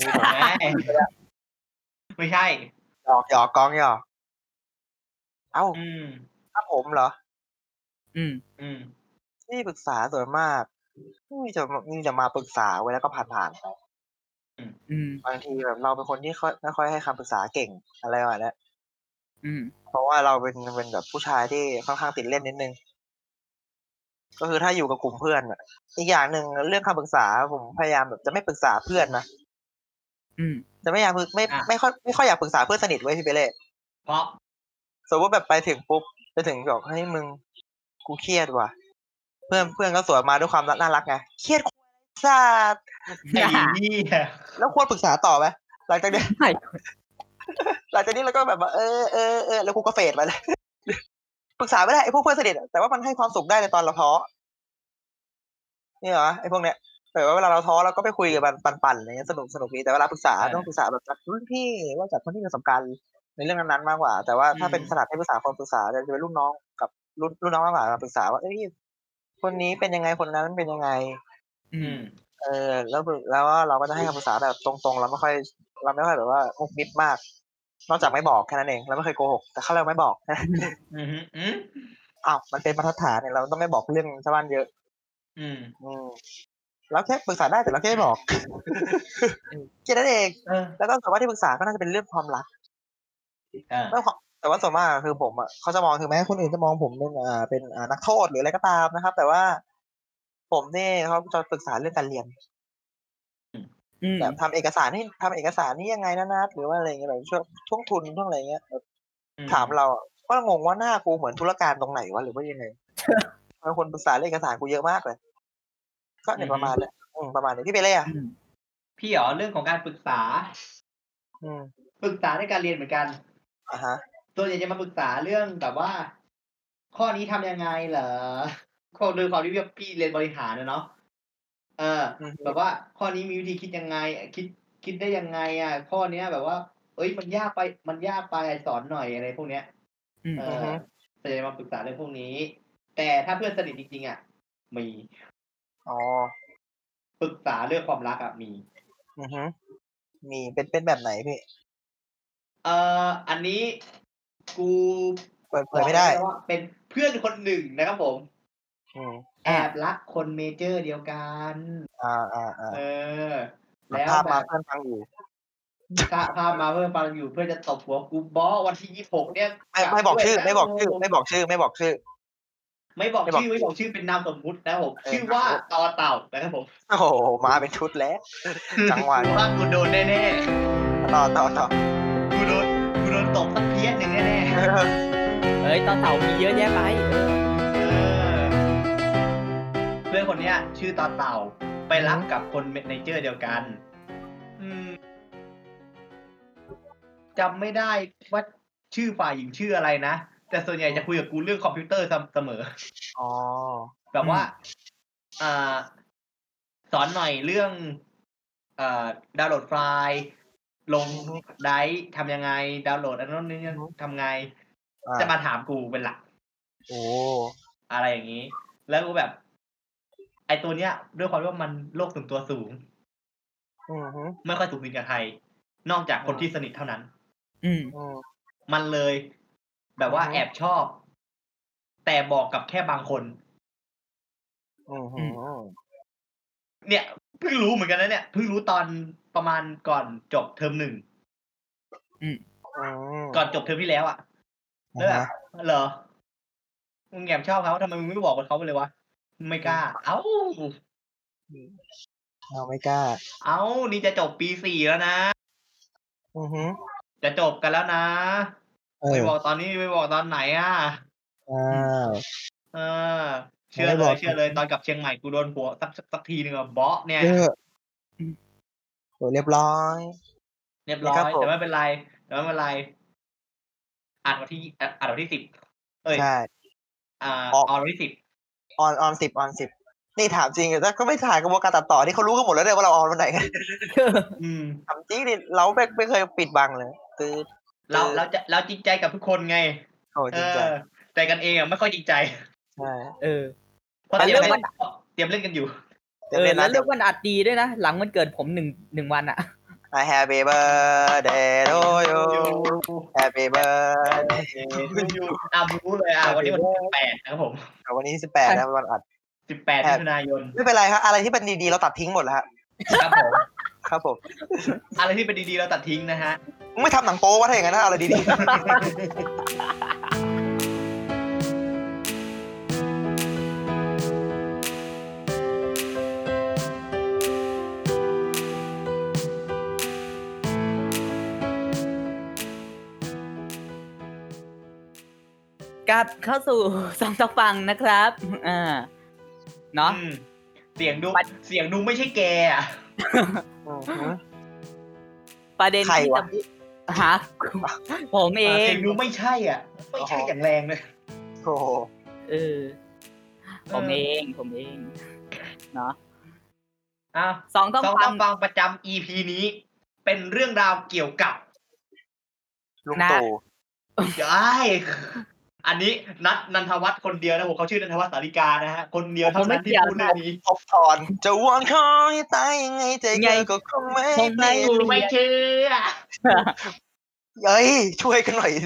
ไม่ใช่หยอกหยอกกล้องหยอกเอ้าอืมถ้าผมเหรออืมอืมที่ปรึกษาส่วนมากนี่จะนี่จะมาปรึกษาไว้แล้วก็ผ่านๆอืมบางทีแบบเราเป็นคนที่ค่อยไม่ค่อยให้คำปรึกษาเก่งอะไรแบบนี้อืมเพราะว่าเราเป็นเป็นแบบผู้ชายที่ค่อนข้างติดเล่นนิดนึงก็คือถ้าอยู่กับกลุ่มเพื่อนอ่ะอีกอย่างหนึ่งเรื่องคำปรึกษาผมพยายามแบบจะไม่ปรึกษาเพื่อนนะอืมจะไม่อยากไม่ไม่ค่อยไม่ค่อยอยากปรึกษาเพื่อนสนิทไว้พี่เบเล่เพราะสมมติแบบไปถึงปุ๊บไปถึงบอกให้มึงกูเครียดว่ะเพื่อนเพื่อนก็สวนมาด้วยความน่ารักไงเครียดซาดไอ้นี่แล้วควรปรึกษาต่อไหมหลังจากนี้หลังจากนี้เราก็แบบว่าเออเออเออแล้วกูก็เฟดไปเลยปรึกษาไม่ได้ไอ้พวกเพื่อนสนิทแต่ว่ามันให้ความสุขได้ในตอนเราท้อนี่เหรอไอ้พวกเนี้ยแต่ว่าเวลาเราท้อเราก็ไปคุยกับมันปั่นๆอะไรเงี้ยสนุกสนุกดีแต่เวลาปรึกษาต้องปรึกษาแบบจากรุ่นพี่ว่าจากคนที่มีประสบการณ์ในเรื่องนั้นๆมากกว่าแต่ว่าถ้าเป็นสถานที่ปรึกษาคนปรึกษาจะเป็นรุ่นน้องกับรุ่นรุ่นน้องมากกว่ามาปรึกษาว่าเอ้ยคนนี้เป็นยังไงคนนั้นเป็นยังไงอืมเออแล้วแล้วเราก็จะให้คำปรึกษาแบบตรงๆเราไม่ค่อยเราไม่ค่อยแบบว่ามุกมิดมากนอกจากไม่บอกแค่นั้นเองเราไม่เคยโกหกแต่เขาเราไม่บอกอืมอืมอ้าวมันเป็นมาตรฐานเนี่ยเราต้องไม่บอกเรื่องชาวบ้านเยอะอืมอืมเราแค่ปรึกษาได้แต่เราแค่ไม่บอกแค่นั้นเองเออแล้วก็ส่วนมากที่ปรึกษาก็น่าจะเป็นเรื่องความรักเออแล้วแต่ว่าส่วนมากคือผมอ่ะเขาจะมองถึงแม้คนอื่นจะมองผมเป็นอ่าเป็นอ่านักโทษหรืออะไรก็ตามนะครับ แต่ว่าผมเนี่ยเขาจะปรึกษาเรื่องการเรียนอืมแบบทำเอกสารนี่ทำเอกสารนี่ยังไงนะนัดหรือว่าอะไรเงี้ยแบบช่วงช่วงทุนช่วงอะไรเงี้ยแบบถามเราอะก็งงว่าหน้ากูเหมือนธุรการตรงไหนวะหรือว่ายังไง บางคนปรึกษาเรื่องเอกสารกูเยอะมากเลยก็เนี่ยประมาณเนี้ยอืมประมาณนี้พี่เปเล่อะอืมพี่เหรอเรื่องของการปรึกษาอืมปรึกษาในการเรียนเหมือนกันอ่าฮะส่วนใหญ่จะมาปรึกษาเรื่องแบบว่า ข้อนี้ทำยังไงเหรอข้อโดยความที่พี่เรียนบริหารนะเนาะเอออือฮึแบบว่า ข้อนี้มีวิธีคิดยังไง คิดคิดได้ยังไงอ่ะ ข้อเนี้ยแบบว่า เอ้ยมันยากไปมันยากไปสอนหน่อยอะไรพวกเนี้ยอืมเออส่วนใหญ่มาปรึกษาเรื่องพวกนี้ แต่ถ้าเพื่อนสนิทจริงๆอ่ะมีอ๋อปรึกษาเรื่องความรักอ่ะมีอือฮึมีเป็นเป็นแบบไหนพี่เอ่ออันนี้กูเปิดเผยไม่ได้บอกเลยว่าเป็นเพื่อนคนหนึ่งนะครับผมอืมแอบรักคนเมเจอร์เดียวกันอ่าอ่าอ่าเออ แล้วภาพแบมาบเพื่อนฟังอยู่ถ้าภาพมาเพื่อนฟังอยู่เพื่อจะตบหัวกูบอสวันที่ยี่สิบหกเนี่ยไม่ไม่บอกชื่อ ไม่บอกชื่อ ไม่บอกชื่อ ไม่บอกชื่อไม่บอกไม่บอกชื่อไม่บอกชื่อเป็นนามสมมุตินะครับผมเออชื่อว่าตอเต่านะครับผมโอ้โหมาเป็นชุดแล้ว จังหวะนี้ว่ากูโดนแน่ต่อต่อต่อๆกูโดนกูโดนตบสักเพี้ยนหนึ่งแน่ๆเอ้ยตอนเต่ามีเยอะแยะไปเออเออเพื่อนคนเนี้ย ชื่อตอเต่าไปรักกับคนเมเจอร์เดียวกัน อืมจำไม่ได้ว่าชื่อฝ่ายหญิงชื่ออะไรนะแต่ส่วนใหญ่จะคุยกับกูเรื่องคอมพิวเตอร์เสมออ๋อแบบว่าอ่าสอนหน่อยเรื่องเอ่อดาวน์โหลดไฟล์ลงไดรฟ์ทำยังไง ดาวน์โหลดอันนั้นนี่ทำไงอ่าจะมาถามกูเป็นหลักโอ้อะไรอย่างนี้ แล้วกูแบบ ไอตัวเนี้ย ด้วยความที่ว่ามันโลกส่วนตัวสูงอือฮึไม่ค่อยสูงสิงกับใคร นอกจากคนที่สนิทเท่านั้นอืมอืมมันเลย แบบว่าอือฮึแอบชอบ แต่บอกกับแค่บางคนอือฮึเนี่ยเพิ่งรู้เหมือนกันนะเนี่ยเพิ่งรู้ตอนประมาณก่อนจบเทอมหนึ่งอืมก่อนจบเทอมที่แล้วอ่ะแล้วแบบเหรอมึงแอบชอบเขาทำไมมึงไม่บอกกับเขาไปเลยวะไม่กล้า เอ้าเอาไม่กล้าเอ้านี่จะจบปีสี่แล้วนะอือฮึจะจบกันแล้วนะเอไม่อบอกตอนนี้ไม่บอกตอนไหนอ่ะอ้าวเออ เชื่อไม่เลบอกยเชื่อเลยตอนกลับเชียงใหม่กูโดนหัวสักสักสักทีหนึ่งอะเบาะเนี่ยเออโหเรียบร้อยเรียบร้อครัยบผมแต่ไม่เป็นไรแต่ไม่เป็นไรอัดวันที่อัดอัดวันที่สิบเอ้ยใช่อ่าออกออนวันที่สิบออนออนสิบออนสิบนี่ถามจริงแต่ก็ไม่ถ่ายกระบวนการตัดต่อที่เขารู้กันหมดแล้วเนี่ยว่าเราออนวันไหนกันอืมถามจริงดิเราไม่ไม่เคยปิดบังเลยคือเราเราจะเราจริงใจกับทุกคนไงโอ้เอจริงจังอ แต่กันเองอ่ะไม่ค่อยจริงใจใช่เออเพราะแต่เตรียมเรื่องเล่มันนเตรียมเล่นกันอยู่เออแล้วเรื่องวันอัดดีด้วยนะ หลังมันเกิดผมหนึ่งหนึ่งวันอ่ะ I Happy birthday to you Happy birthday อ่ะรู้เลยอ่ะวันนี้วันที่สิบแปดนะครับผมวันนี้สิบแปดนะวันอัดสิบแปดมิถุนายนไม่เป็นไรครับอะไรที่เป็นดีๆเราตัดทิ้งหมดแล้วครับครับผมครับผมอะไรที่เป็นดีๆเราตัดทิ้งนะฮะมึงไม่ทำหนังโป๊วะถ้าอย่างนั้นนะอะไรดีๆกลับเข้าสู่ สองต่อฟังนะครับ อ่า เนาะอืมเสียงดูปัดเสียงดูไม่ใช่แกอ่ะอือฮึประเด็นใครที่วะจะพูดฮะ ผมเอเสีงยงดูไม่ใช่อ่ะ ไม่ใช่อย่างแรงเลยโอ้โหเออ ผมเอง ผมเอง เนาะอ่ะสองต้องสองฟัต้อง งฟังประจำ อี พี นี้ เป็นเรื่องราวเกี่ยวกับลุงตู่ย้ายอันนี้นัดนันทวัฒน์คนเดียวนะผมเขาชื่อนันทวัฒน์สาริกานะฮะคนเดียวเท่านั้นที่พูดเรื่องนี้ทบทอนจะวอนขอให้ตายยังไงใจเธอก็คงไม่คงไม่เปลี่ยนกูไม่เชื่อเอ้ยช่วยกันหน่อยสิ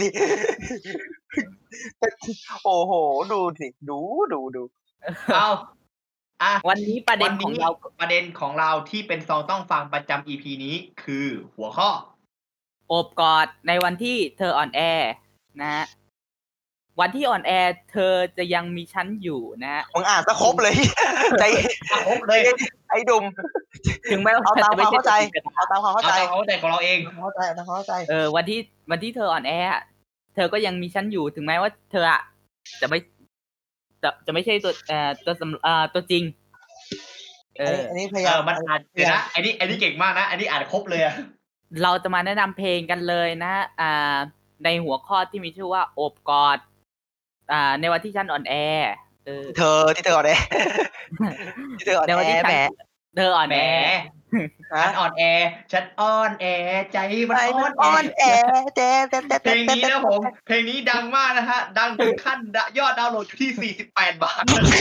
โอ้โห ดูสิ ดูดูดูเอาอ่ะวันนี้ประเด็นของเราประเด็นของเราที่เป็นซองต้องฟังประจำ อี พี นี้คือหัวข้อโอบกอดในวันที่เธออ่อนแอนะฮะวันที่อ่อนแอเธอจะยังมีฉันอยู่นะฮะมึงอ่านซะครบเลยใจครบเลยไอ้ดุมถึงแม้ว่าเอาตามความเข้าใจจะไม่เอาตามความเข้าใจเอาแต่ของเราเองเข้าใจเอาตามความเข้าใจเออวันที่วันที่เธออ่อนแออะเธอก็ยังมีฉันอยู่ถึงแม้ว่าเธออะจะไม่จะจะไม่ใช่ตัวเอ่อตัวสำเอ่อตัวจริง เอออันนี้พยาเอยามอมันอ่านเดี๋ยวนะไอ้นี่ไอ้นี่เก่งมากนะไอ้นี่อ่านครบเลยอะเราจะมาแนะนำเพลงกันเลยนะอ่าในหัวข้อที่มีชื่อว่าโอบกอดอ่าในวันที่ฉันอ่อนแอเออเธอที่เธออ่อนแอที่เธออ่อนในวันแอที่ฉัแหมนเธออ่อนแหมแอฉันอ่อนแอฉันอ่อนแอใจมันใจอ่มัอน นอ่อนแอแอเจ๊เจ๊เจ๊เพลงนี้นะผม เพลงนี้ดังมากนะฮะ ดังถึงขั้นยอดดาวน์โหลดอยู่ที่สี่สิบแปดบาท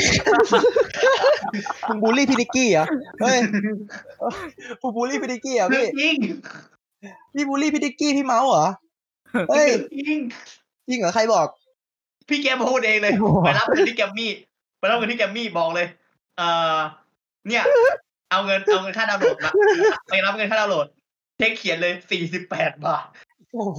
มึงบูลลี่พี่นิกกี้เหรอเฮ้ยมึงบูลลี่พี่นิกกี้เหรอเรื่อพี่งจริงพี่บูลลี่พี่นิกกี้พี่เมาส์เหรอเฮ้ยจริงจริงเหรอใครบอกพี่แกพูดเองเลย ไปรับเงินที่แกมมี่ไปรับเงินที่แกมมี่บอกเลย เอ่อ เนี่ย เอาเงินเอาเงินค่าดาวน์โหลดมาไปรับเงินค่าดาวน์โหลดเช็คเขียนเลยสี่สิบแปดบาทโอ้โห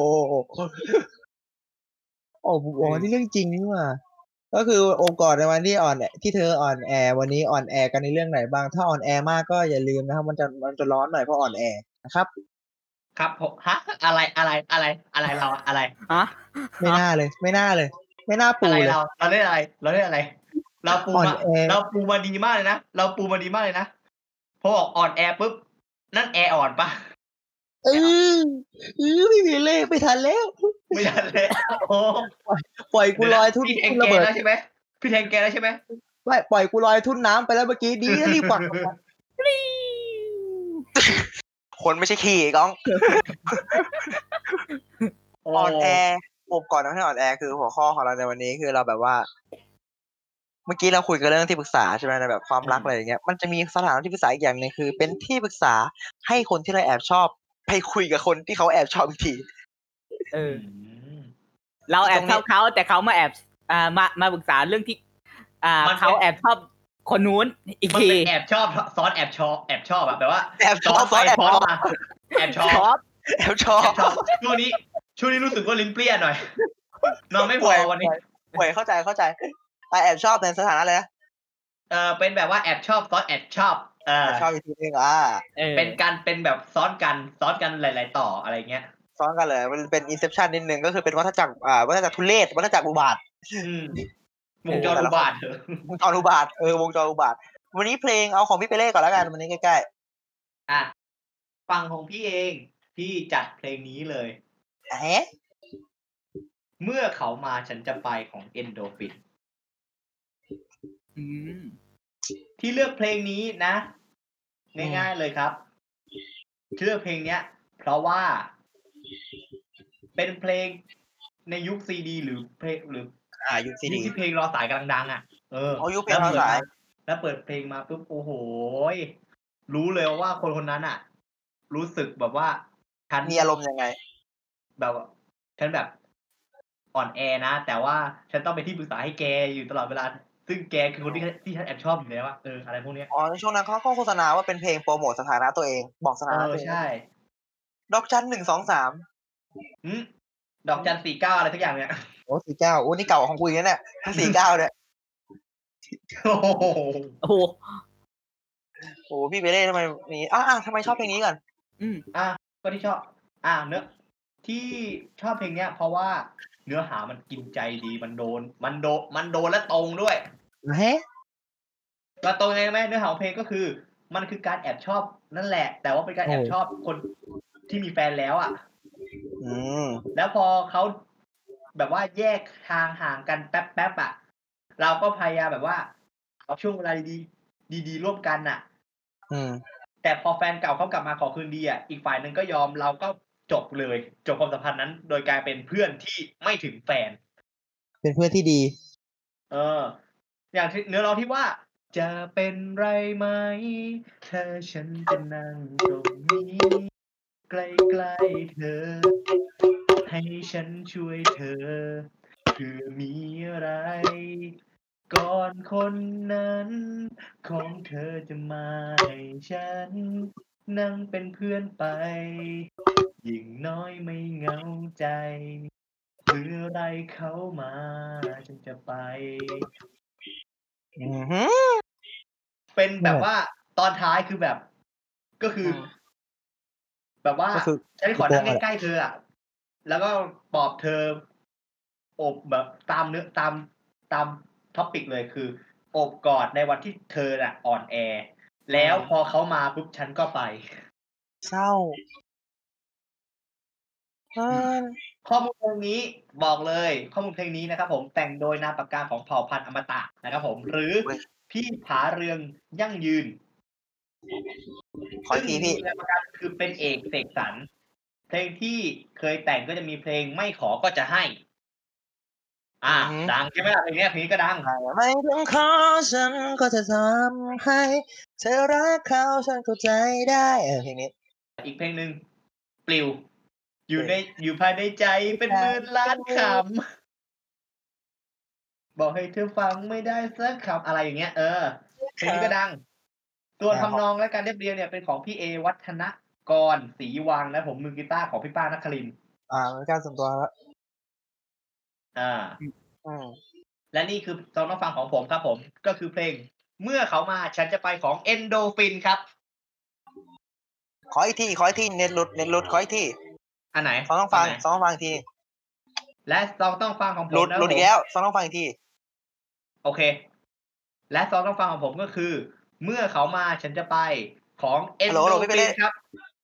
โอ้โหนี่เรื่องจริงนี่หว่าก็คือองค์กรในวันที่อ่อนแอที่เธออ่อนแอวันนี้อ่อนแอกันในเรื่องไหนบ้างถ้าอ่อนแอมากก็อย่าลืมนะครับมันจะมันจะร้อนหน่อยเพราะอ่อนแอนะครับครับผมฮะอะไรอะไรอะไรอะไรเราอะไรฮะไม่น่าเลย ไม่น่าเลย ไม่น่าปูอะไรเลยเราเราเล่นอะไร เราเล่นอะไร เราปูอ่อนมาแอเราปูมาดีมากเลยนะเราปูมาดีมากเลยนะพอบอกอ่อนแอปุ๊บนั่นแอร์อ่อนปะเออเออไม่มีเลขไม่ทันแล้วไม่ทันเลยโอ้ปล่อยกูลอยทุ่นพี่แทงทุ่นแกระเบิดแล้วใช่ไหมพี่แทงแกแล้วใช่ไหมไม่ปล่อยกูลอยทุ่นน้ำไปแล้วเมื่อกี้ดีนะรีบกวักออกมาคนไม่ใช่ขี่ก้องอ่อนแออบก่อนนะให้อ่อนแอคือหัวข้อของเราในวันนี้คือเราแบบว่า เมื่อกี้เราคุยกันเรื่องที่ปรึกษาใช่ไหมในแบบความรักอะไรอย่างเงี้ยมันจะมีสถานที่ปรึกษาอีกอย่างหนึงคือ เป็นที่ปรึกษาให้คนที่เราแอบชอบไปคุยกับคนที่เขาแอบชอบอีกทีเออ เราแอบชอบเขาแต่เขามาแอบอ่ามามาปรึกษาเรื่องที่ อ่าเขาแอบชอบคนนู้นอีกมันทีเป็นแอบชอบซ้อนแอบชอบแอบชอบอะแบบว่าแอบชอบซ้อนไปแอบซ้อนชอบมาแอบชอบชอบแอบชอแอบบชอบช่วงนี้ช่วงนี้รู้สึกว่าลิ้นเปรี้ยหน่อยนอนไม่พอวันนี้ป่วยเข้าใจเข้าใจแต่แอบชอบในสถานะอะไรนะเออเป็นแบบว่าแอบชอบซ้อนแอบชอบเออแอบชอบอีกทีนึงอ่ะเออเป็นการเป็นแบบซ้อนกันซ้อนกันหลาย ๆ ต่ออะไรเงี้ยซ้อนกันเลยมันเป็นอินเซปชันนิดนึงก็คือเป็นวัฏจักรอ่าวัฏจักรทุเรศวัฏจักรอุบาทอืมวงจรอุบาทเถอะวงจรอุบาทเออวงจรอุบาทวันนี้เพลงเอาของพี่ไปเล่ก่อนแล้วกันวันนี้ใกล้อ่ะฟังของพี่เองพี่จัดเพลงนี้เลยๆเอ๊ะเมื่อเขามาฉันจะไปของเอนโดฟินอืมที่เลือกเพลงนี้นะ ง่าย ๆ เลยครับที่เลือกเพลงเนี้ย เพราะว่า เป็นเพลงในยุคซีดีหรือเพลงหรืออ่ายุคซียุดีคที่เพลงรอสายกำลังดังอ่ะเออเอายุคเพลงรอสายแล้วเปิดเพลงมาปุ๊บโอ้โหรู้เลยว่าคนคนนั้นอ่ะ รู้สึกแบบว่าฉันมีอารมณ์ยังไงแบบว่าฉันแบบอ่อนแอนะ แต่ว่าฉันต้องไปนที่ปรึกษาให้แกอยู่ตลอดเวลา ซึ่งแกคือคนที่ที่ฉันแอบชอบอยู่แล้วอะเอออะไรพวกเนี้ยอ๋อในช่วงนั้นเขาก็โฆษณาว่าเป็นเพลงโปรโมทสถานะตัวเองบอกสถาเอนะอตัวเองใช่ดอกจันหนึ่งสองสามอืมดอกจันสี่เก้าอะไรทุกอย่างเนี่ยโอ้สี่เก้าโอ้นี่เก่าของกูอีกแล้วเนี่ยสี่เก้าเนี่ยโอ้โหโอ้โหโอ้พี่ไปเล่ทำไมมีอ่าทำไมชอบเพลงนี้ก่อนอืมอ่ะก็ที่ชอบ อ่ะเนื้อที่ชอบเพลงเนี้ย เพราะว่าเนื้อหามันกินใจดีมันโดน มันโดนมันโดนและตรงด้วยเฮ้แล้วตรงไงไหมเนื้อหาของเพลงก็คือ มันคือการแอบชอบนั่นแหละ แต่ว่าเป็นการแอบชอบคนที่มีแฟนแล้วอ่ะอืมแล้วพอเขาแบบว่าแยกทางห่างกันแป๊บแป๊บๆอ่ะ เราก็พยายามแบบว่าเอาช่วงเวลาดีๆดีๆร่วมกันอ่ะอืมแต่พอแฟนเก่าเขากลับมาขอคืนดีอ่ะอีกฝ่ายหนึ่งก็ยอมเราก็จบเลยจบความสัมพันธ์นั้น โดยกลายเป็นเพื่อนที่ไม่ถึงแฟนเป็นเพื่อนที่ดีเออ อย่างที่เนื้อร้องที่ว่า จะเป็นไรไหมถ้าฉันจะนั่งตรงนี้ใกล้ๆเธอ ให้ฉันช่วยเธอเพื่อมีอะไรก่อนคนนั้นของเธอจะมาให้ฉันนั่งเป็นเพื่อนไปยิ่งน้อยไม่เหงาใจเมื่อไรเขามาฉันจะไปอือหือเป็นแบบว่าตอนท้ายคือแบบ ก็คืออืมแบบว่าก็คือฉันขอนั่งโกงอะใกล้ๆเธออ่ะแล้วก็ปลอบเธอโอบแบบตามเนื้อตามตามท็อปิกเลยคือโอบกอดในวันที่เธอน่ะอ่อนแอ แล้วพอเขามาปุ๊บฉันก็ไปเศร้าเออข้อมูลเพลงนี้บอกเลย ข้อมูลเพลงนี้นะครับผมแต่งโดยนามปากกาของเผ่าพันธุ์อมตะนะครับผม หรือพี่ผาเรืองยั่งยืนขออีกทีพี่ซึ่งนามปากกาคือเป็นเอกเสกสรรเพลงที่เคยแต่งก็จะมีเพลงไม่ขอก็จะให้ อ่าอือฮึดังใช่ไหมล่ะเพลงนี้เพลงนี้ก็ดังไม่ต้องขอฉันก็จะทำให้เธอรักเขาฉันเข้าใจได้เออเพลงนี้อีกเพลงหนึ่งปลิว อยู่ในอยู่ภายในใจเป็นหมื่นล้านคำบอกให้เธอฟังไม่ได้สักคำอะไรอย่างเงี้ยเออเพลงนี้ก็ดัง ส่วนทำนองและการเรียบเรียงเนี่ยเป็นของพี่เอวัฒนกรศรีวังและผมมือกีตาร์ของพี่ป้านครินทร์อ่าเป็นการส่วนตัวแล้วอ่าอืมและนี่คือตอนมาฟังของผมครับผมก็คือเพลงเมื่อเขามาฉันจะไปของเอนโดฟินครับขออีกทีขออีกทีเน็ตหลุดเน็ตหลุดขออีกทีอันไหนสองต้องฟังนไหนสองต้องฟังอีกทีและซองต้องฟังของผหลุมดนะหลุดผมอีกแล้วสองต้องฟังอีกทีโอเค และซองต้องฟังของผมก็คือ เมื่อเขามาฉันจะไปของเอนฮัลโหลโดฮัลโหลพี่ไปฟิเลนยครับ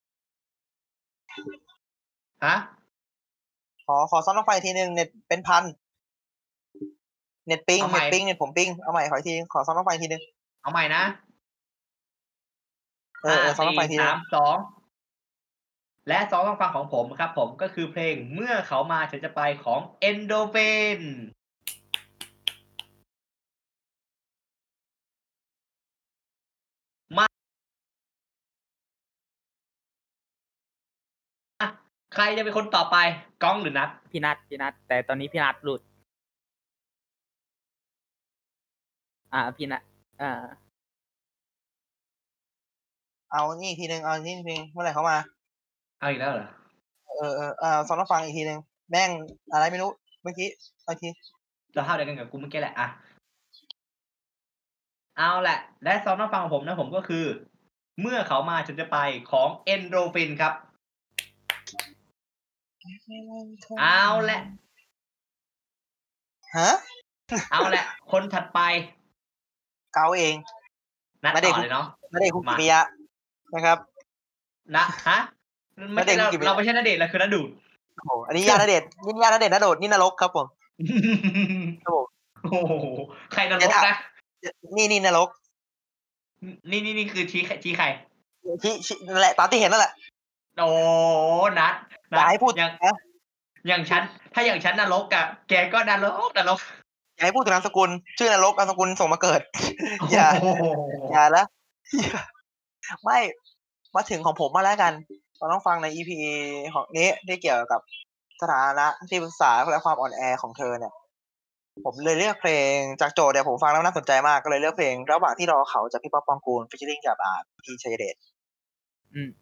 ฮะขอขอสองต้องฟังอีกทีหนึ่งเน็ตเป็นพันเน็ตปิงเอาใหม่เน็ตปิงเน็ตผมปิงเอาใหม่ขออีกทีขอสองต้องฟังอีกทีหนึ่งเอาใหม่นะเออเออสองต้องฟังอีกทีหสานึ่งมสองและซองต้องฟังของผมครับผมก็คือเพลงเมื่อเขามาฉันจะไปของเอนโดฟินมาใครจะเป็นคนต่อไปก้องหรือนัทพี่นัทพี่นัทแต่ตอนนี้พี่นัทหลุด อ่าพี่นัทอ่าเอานี่อีกทีหนึ่งเอานี่อีกทีหนึ่งเมื่อไหร่เขามาเอาอีกแล้วเหรอเออเออเออสองต้องฟังอีกทีหนึ่งแม่งอะไรไม่รู้เมื่อกี้เอาอีกทีเราเท่าเดียวกันกับกูเมื่อกี้แหละอ่ะเอาแหละ และซองต้องฟังของผมนะผมก็คือ เมื่อเขามาฉันจะไปของเอนโดฟินครับ เอาแหละฮะเอาแหละ คนถัดไปเกาเองนัดไม่ได้ต่อเลยเนาะไม่ได้คุกิมามิยะนะครับนะฮะไม่ใช่ณเดชน์เราคุกิมิยะเราไม่ใช่นเดชน์เราคือณดูดโอ้โหอันนี้ญาติณเดชน์นี่ญาติณเดชน์ณโดดนี่นรกครับผมครับผมโอ้โหใครนรกนะนี่นี่นรกนี่นี่นี่คือชี้ชี้ใครที่ที่นั่นแหละตามที่เห็นนั่นแหละโอ้นัดอย่าให้พูดอย่างนะอย่างฉัน ถ้าอย่างฉันนรกอะแกก็นรกนรกอย่าให้พูดถึงนามสกุล ชื่อนรกนามสกุลส่งมาเกิด อย่าโอ้โหอย่าละอย่าไม่มาถึงของผมมาแล้วกันเราต้องฟังใน อี พี ของนี้ที่เกี่ยวกับสถานะที่ปรึกษาและความอ่อนแอของเธอเนี่ย ผมเลยเลือกเพลงจากโจทย์เนี่ยผมฟังแล้วน่าสนใจมากก็เลยเลือกเพลงระหว่างที่รอเขาจากพี่ป๊อปปองกูลฟีเจอริ่งกับอ่าพี่ชัยเดชอืม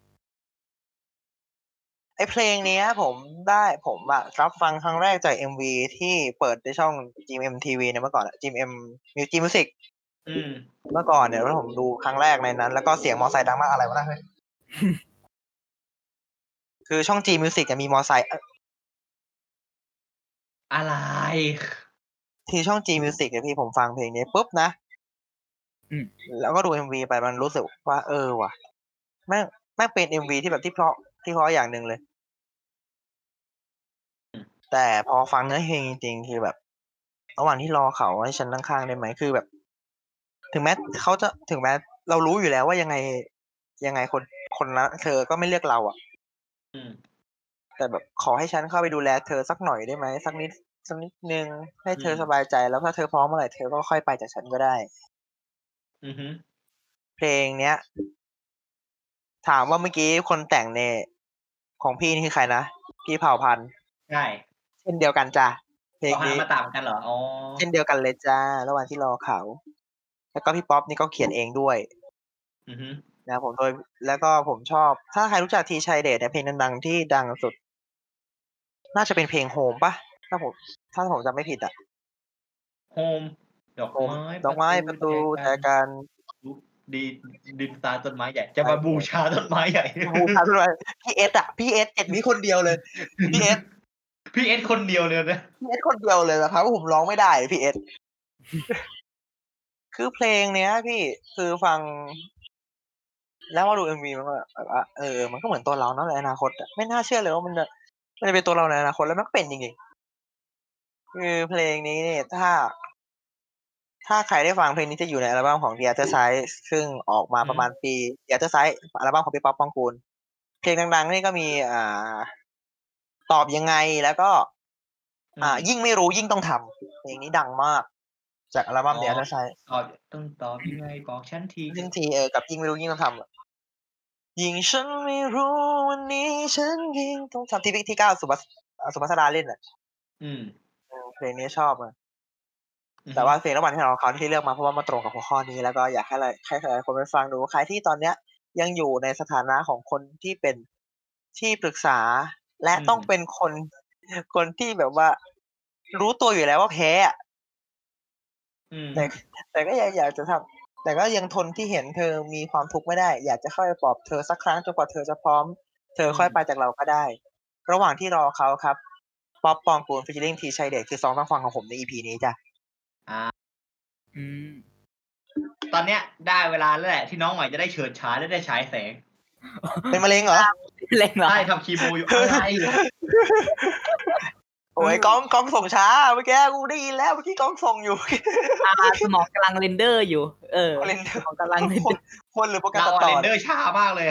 ไอเพลงเนี้ยผมได้ผมอะรับฟังครั้งแรกจาก เอ็ม วี ที่เปิดในช่อง จี เอ็ม ที วี เนี่ยเมื่อก่อนอะ จี เอ็ม Music อืมเมื่อก่อนเนี่ยแล้วผมดูครั้งแรกในนั้น แล้วก็เสียงมอไซค์ดังมากอะไรวะนะเฮ้ย คือช่อง G Music จะมีมอไซค์เอ่ออะไรที่ช่อง G Music เนี่ยพี่ผมฟังเพลงนี้ปุ๊บนะอืมแล้วก็ดู เอ็ม วี ไปมันรู้สึกว่าเออว่ะแม่งแม่งเป็น เอ็ม วี ที่แบบที่เพราะที่เพราะอย่างหนึ่งเลย แต่พอฟังเนื้อเพลงจริงๆคือแบบ ระหว่างที่รอเขาให้ฉันข้างๆได้ไหมคือแบบ ถึงแม้เขาจะถึงแม้เรารู้อยู่แล้วว่ายังไงยังไงคนคนนั้นเธอก็ไม่เลือกเราอ่ะอืมแต่แบบขอให้ฉันเข้าไปดูแลเธอสักหน่อยได้ไหมสักนิดสักนิดนึงให้เธออืมสบายใจแล้วถ้าเธอพร้อมเมื่อไหร่เธอก็ค่อยไปจากฉันก็ได้อือฮึเพลงเนี้ย ถามว่าเมื่อกี้คนแต่งเนี่ยของพี่นี่คือใครนะพี่เผ่าพันธุ์ใช่เช่นเดียวกันจ้ะเพลงเอาหานี้มาตามกันเหรออ๋อเช่นเดียวกันเลยจ้าระหว่างที่รอเขา แล้วก็พี่ป๊อปนี่ก็เขียนเองด้วยอือฮึนะผมโดยแล้วก็ผมชอบ ถ้าใครรู้จักทีชัยเดชเนี่ยเพลงดังๆที่ดังสุด น่าจะเป็นเพลงโฮมปะถ้าผมถ้าผมจำไม่ผิดอะโฮมดอกโฮมไม้ดอกไม้ประตูแจกันดีดินตาต้นไม้ใหญ่จะมาบูชาต้นไม้ใหญ่บูชาต้นไม้พี่เอสอะพี่เอสเอ็ดมีคนเดียวเลยพี่เอสพี่เอสคนเดียวเลยนะพี่เอสคนเดียวเลยนะครับว่าผมร้องไม่ได้พี่เอส คือเพลงเนี้ยพี่คือฟัง แล้วมาดู เอ็ม วี มันก็แบบว่าเออมันก็เหมือนตัวเราเนาะในอนาคตอะไม่น่าเชื่อเลยว่ามันจะมันจะเป็นตัวเราในอนาคตแล้วมันก็เป็นจริงๆคือเพลงนี้เนี่ยถ้า ถ้าใครได้ฟังเพลงนี้จะอยู่ในอัลบั้มของ The Other Side ซึ่งออกมาประมาณปี The Other Side อัลบั้มของพี่ป๊อปปองกูลเพลงดังๆนี่ก็มีอ่าตอบยังไงแล้วก็ อ่า ยิ่งไม่รู้ยิ่งต้องทำเพลงนี้ดังมาก จากอัลบั้ม The Other Side ตอบต้องตอบยังไงบอกฉันทียิ่งทีเออกับยิ่งไม่รู้ยิ่งต้องทำยิ่งฉันไม่รู้วันนี้ฉันยิ่งต้องทำที่ที่เก้าสุภัสสุภัสราเล่นอ่ะอืมเพลงนี้ชอบอะแต่ว่าเพลงระหว่างที่เราเขาที่เลือกมาเพราะว่ามาตรงกับหัวข้อนี้แล้วก็อยากให้ให้หลายคนไปฟังดูใครที่ตอนเนี้ยยังอยู่ในสถานะของคนที่เป็นที่ปรึกษาและต้องเป็นคนคนที่แบบว่า รู้ตัวอยู่แล้วว่าแพ้แต่แต่ก็ยังอยากจะทำแต่ก็ยังทนที่เห็นเธอมีความทุกข์ไม่ได้อยากจะเข้าไปปลอบเธอสักครั้งจนกว่าเธอจะพร้อมเธอค่อยไปจากเราก็ได้ ระหว่างที่รอเขาครับป๊อปปองกูลฟีเจอริ่งทีชัยเดชคือสองต้องฟังของผมใน อี พี นี้จ้ะอ่าอืมตอนเนี้ยได้เวลาแล้วแหละที่น้องใหม่จะได้เฉิดฉายและได้ฉายแสงเป็นมะเร็งเหรอเล่นเหรอใช่ทำคีโมอยู่อะไรโอ้ยกล้องกล้องส่งช้าเมื่อกี้กูได้ยินแล้วเมื่อกี้กล้องส่งอยู่อ่าสมองกำลังเรนเดอร์อยู่ เออเรนเดอร์สมองกำลังเรนเดอร์คนหรือโปรแกรมเราตัดต่เรอนเดอร์ช้ามากเลย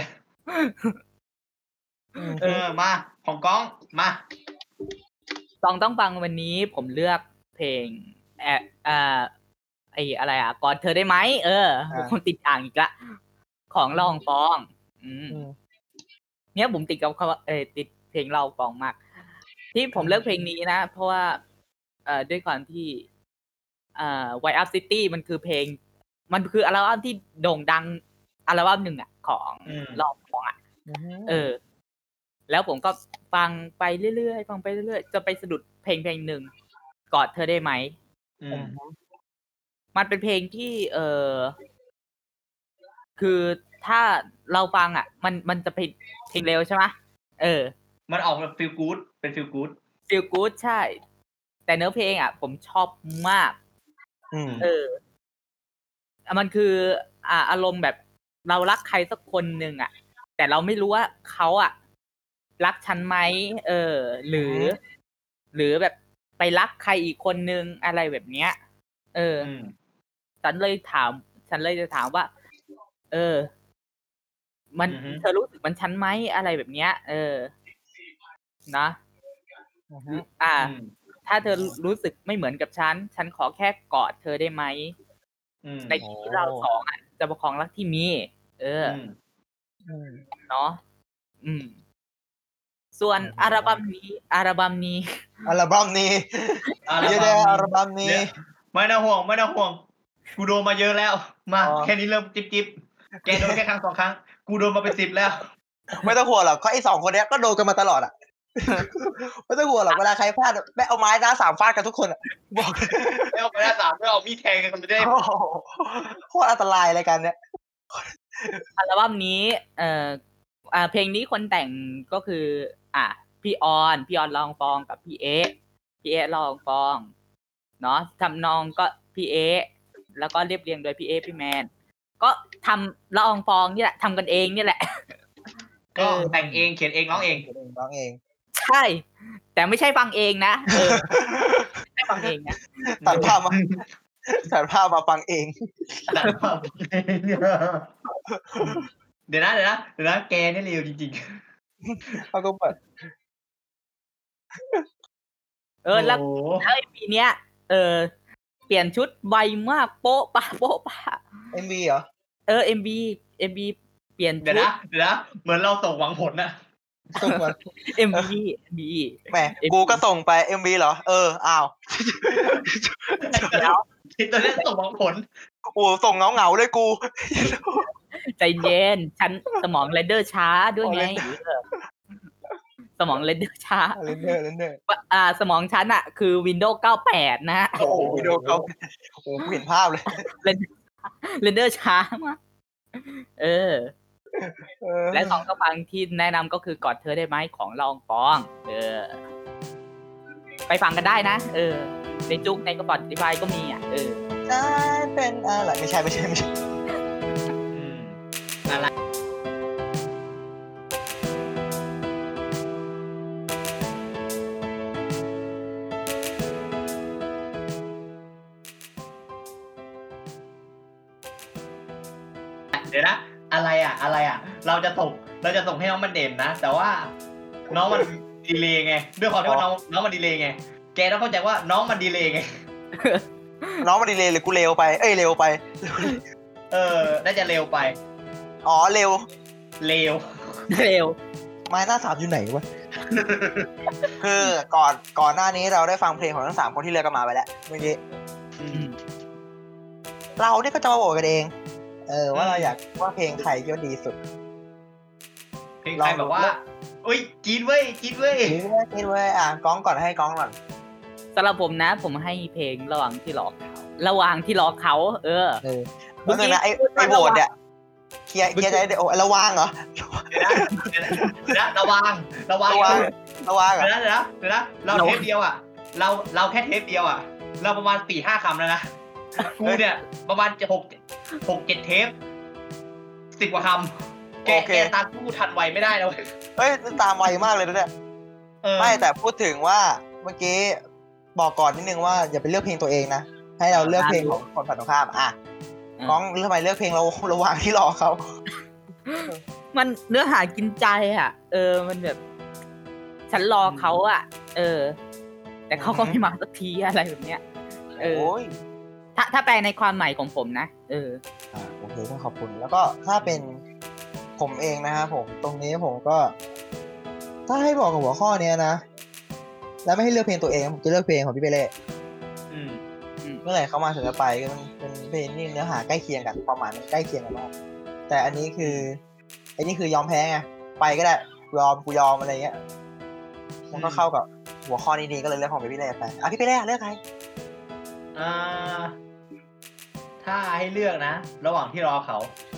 เออมาของก้องมาตองต้องฟังวันนี้ผมเลือกเพลงแอบอ่าไออะไรอ่ะกอดเธอได้ไหมเออคนติดอ่างอีกละของละอองฟอง อืมเนี้ยผมติดกับเขาเออติดเพลงละอองฟองมากที่ผมเลือกเพลงนี้นะเพราะว่าเอ่อด้วยความที่เอ่อ Why Up City มันคือเพลงมันคืออัลบั้มที่โด่งดังอัลบั้มหนึ่งอ่ะของละอองฟองอ่ะเออแล้วผมก็ฟังไปเรื่อยๆฟังไปเรื่อยๆจะไปสะดุดเพลงเพลงหนึ่งกอดเธอได้ไหมมันเป็นเพลงที่เออคือถ้าเราฟังอ่ะมันมันจะเป็นเพลงเร็วใช่ไหมเออมันออกแบบฟีลกู๊ดเป็นฟีลกู๊ดฟีลกู๊ดใช่แต่เนื้อเพลงอ่ะผมชอบมากเออมันคืออ่าอารมณ์แบบเรารักใครสักคนหนึ่งอ่ะแต่เราไม่รู้ว่าเขาอ่ะรักฉันไหมเออหรือหรือแบบไปรักใครอีกคนนึงอะไรแบบเนี้ยเออฉันเลยถามฉันเลยจะถามว่าเออมันเธอรู้สึกมันฉันไหมอะไรแบบเนี้ยเออนะอ่าถ้าเธอรู้สึกไม่เหมือนกับฉันฉันขอแค่กอดเธอได้ไหมในที่เราสองอ่ะจะประคองรักที่มีเออเนาะอืมส่วนอัลบั้มนี้อัลบั้มนี้อัลบั้มนี้เยอะๆอัลบั้มนี้ไม่น่าห่วงไม่น่าห่วงกูโดนมาเยอะแล้วมาแค่นี้เริ่มจิ๊บจิ๊บแกโดนแค่ครั้งสองครั้งกูโดนมาเป็นสิบแล้วไม่ต้องห่วงหรอกเพราะไอ้สองคนเนี้ยก็โดนกันมาตลอดอ่ะไม่ต้องห่วงหรอกเวลาใครพลาดแม่เอาไม้หน้าสามฟาดกันทุกคนอ่ะบอกไม่เอาไม้หน้าสามไม่เอามีดแทงกันจะได้โคตรอันตรายเลยกันเนี่ยอัลบั้มนี้เอ่ออ่าเพลงนี้คนแต่งก็คืออ่ะพี่ออนพี่ออนละอองฟองกับพี่เอพี่เอละอองฟองเนาะทำนองก็พี่เอแล้วก็เรียบเรียงโดยพี่เอพี่แมนก็ทำละอองฟองนี่แหละทำกันเองนี่แหละก็แต่งเองเขียนเองร้องเองร้องเองใช่แต่ไม่ใช่ฟังเองนะเออไม่ใช่ฟังเองนะตัดภาพมาตัดภาพมาฟังเองตัดภาพเดี๋ยวนะเดี๋ยวนะเดี๋ยวนะแกนี่เร็วจริงๆเขาก็เปิดเออแล้วแล้วปีเนี้ยเออเปลี่ยนชุดไวมากโป๊ะปะโป๊ะปะเอ็ม วี เหรอเออ เอ็ม วี เอ็ม วี เปลี่ยนชุดเดี๋ยวนะเดี๋ยวนะเหมือนเราส่งหวังผลนะส่งมาเอ็ม วี บีแหมกูก็ส่งไป เอ็ม วี เหรอเอออ้าวแล้วตอนนี้ส่งมองผลโอ้ส่งเงาเงาเลยกูใจเย็นฉันสมองเรนเดอร์ช้าด้วยไงสมองเรนเดอร์ช้าเรนเดอร์เรนเดอร์อ่าสมองฉันอะคือ Windows เก้าสิบแปด นะโอ้วิดีโอเขาโอ้เห็นภาพเลยเรนเดอร์ช้ามากเออ และสองก็ฟังที่แนะนำก็คือกอดเธอได้ไหมของลองปองเออไปฟังกันได้นะเออในจุกในกระป๋องดีไฟก็มีอ่ะเออฉันเป็นอะไรไม่ใช่ไม่ใช่ไม่ใช่อืมอะไรเดี๋ยวนะอะไรอ่ะอะไรอ่ะเราจะส่งเราจะส่งให้น้องมันเด่นนะแต่ว่าน้องมันดีเลย์ไงด้วยความที่ว่าน้องน้องมันดีเลย์ไงแกต้องเข้าใจว่าน้องมันดีเลย์ไงน้องมันดีเลยหรือกูเร็วไปเอ้ยเร็วไปเออน่าจะเร็วไปอ๋อเร็วเร็วเร็วไม้หน้าสามอยู่ไหนวะ คือก่อนก่อนหน้านี้เราได้ฟังเพลงของทั้งสามคนที่เลือกกันมาไปแล้วเมื่อกี้เราเนี่ยก็จะมาบอกกันเองเออว่าเราอยากว่าเพลงใครที่ดีสุดเพลงใครแบบว่าอุ้ยจีนเว้ยจีนเว้ยคิดเว้ยคิดเว้ยอ่ะก้องก่อนให้ก้องก่อนสำหรับผมนะผมให้เพลงระหว่างที่รอเขาระหว่างที่รอเขาเออเออเมื่อกี้นะไอ้ไอ้โบดเนี่ยเคลียร์เคลียร์ใจเดี๋ยวโอ้ระวังเหรอเดี๋ยวนะเดี๋ยวนะระวังระวังระวังระวังเดี๋ยวอ่ะนะเดี๋ยวนะเดี๋ยวนะเราเทปเดียวอ่ะเราเราแค่เทปเดียวอ่ะเราประมาณสี่ห้าคำแล้วนะกูเนี่ยประมาณจะหกหกเจ็ดเทปสิบกว่าคำแกแกตามกูทันไวไม่ได้นะเว้ยเฮ้ยตามไวมากเลยนะเนี่ยไม่แต่พูดถึงว่าเมื่อกี้บอกก่อนนิดนึงว่าอย่าไปเลือกเพลงตัวเองนะให้เราเลือกเพลงของคนฝั่งตรงข้ามอ่ะก้องทำไมเลือกเพลงเราระหว่างที่รอเขามันเนื้อหากินใจอ่ะเออมันแบบฉันรอเขาอ่ะเออแต่เขาก็ไม่มาสักทีอะไรแบบเนี้ยเออถ้าถ้าแปลในความหมายของผมนะเอออ่าโอเคต้องขอบคุณแล้วก็ถ้าเป็นผมเองนะครับผมตรงนี้ผมก็ถ้าให้บอกกับหัวข้อเนี้ยนะแล้วไม่ให้เลือกเพลงตัวเองผมจะเลือกเพลงของพี่เบเล่เมื่อไหร่เขามาฉันจะไปก็มันเป็นเพลงนี่เนื้อหาใกล้เคียงกันความหมายมันใกล้เคียงกันมากแต่อันนี้คือไอ้นี่คือยอมแพ้ไงไปก็ได้ยอมกูยอมอะไรเงี้ยมันก็เข้ากับหัวข้อนี้ดีก็เลยเลือกของพี่เบเล่ไปอ่ะพี่เบเล่เลือกใครอ่าถ้าให้เลือกนะระหว่างที่รอเขา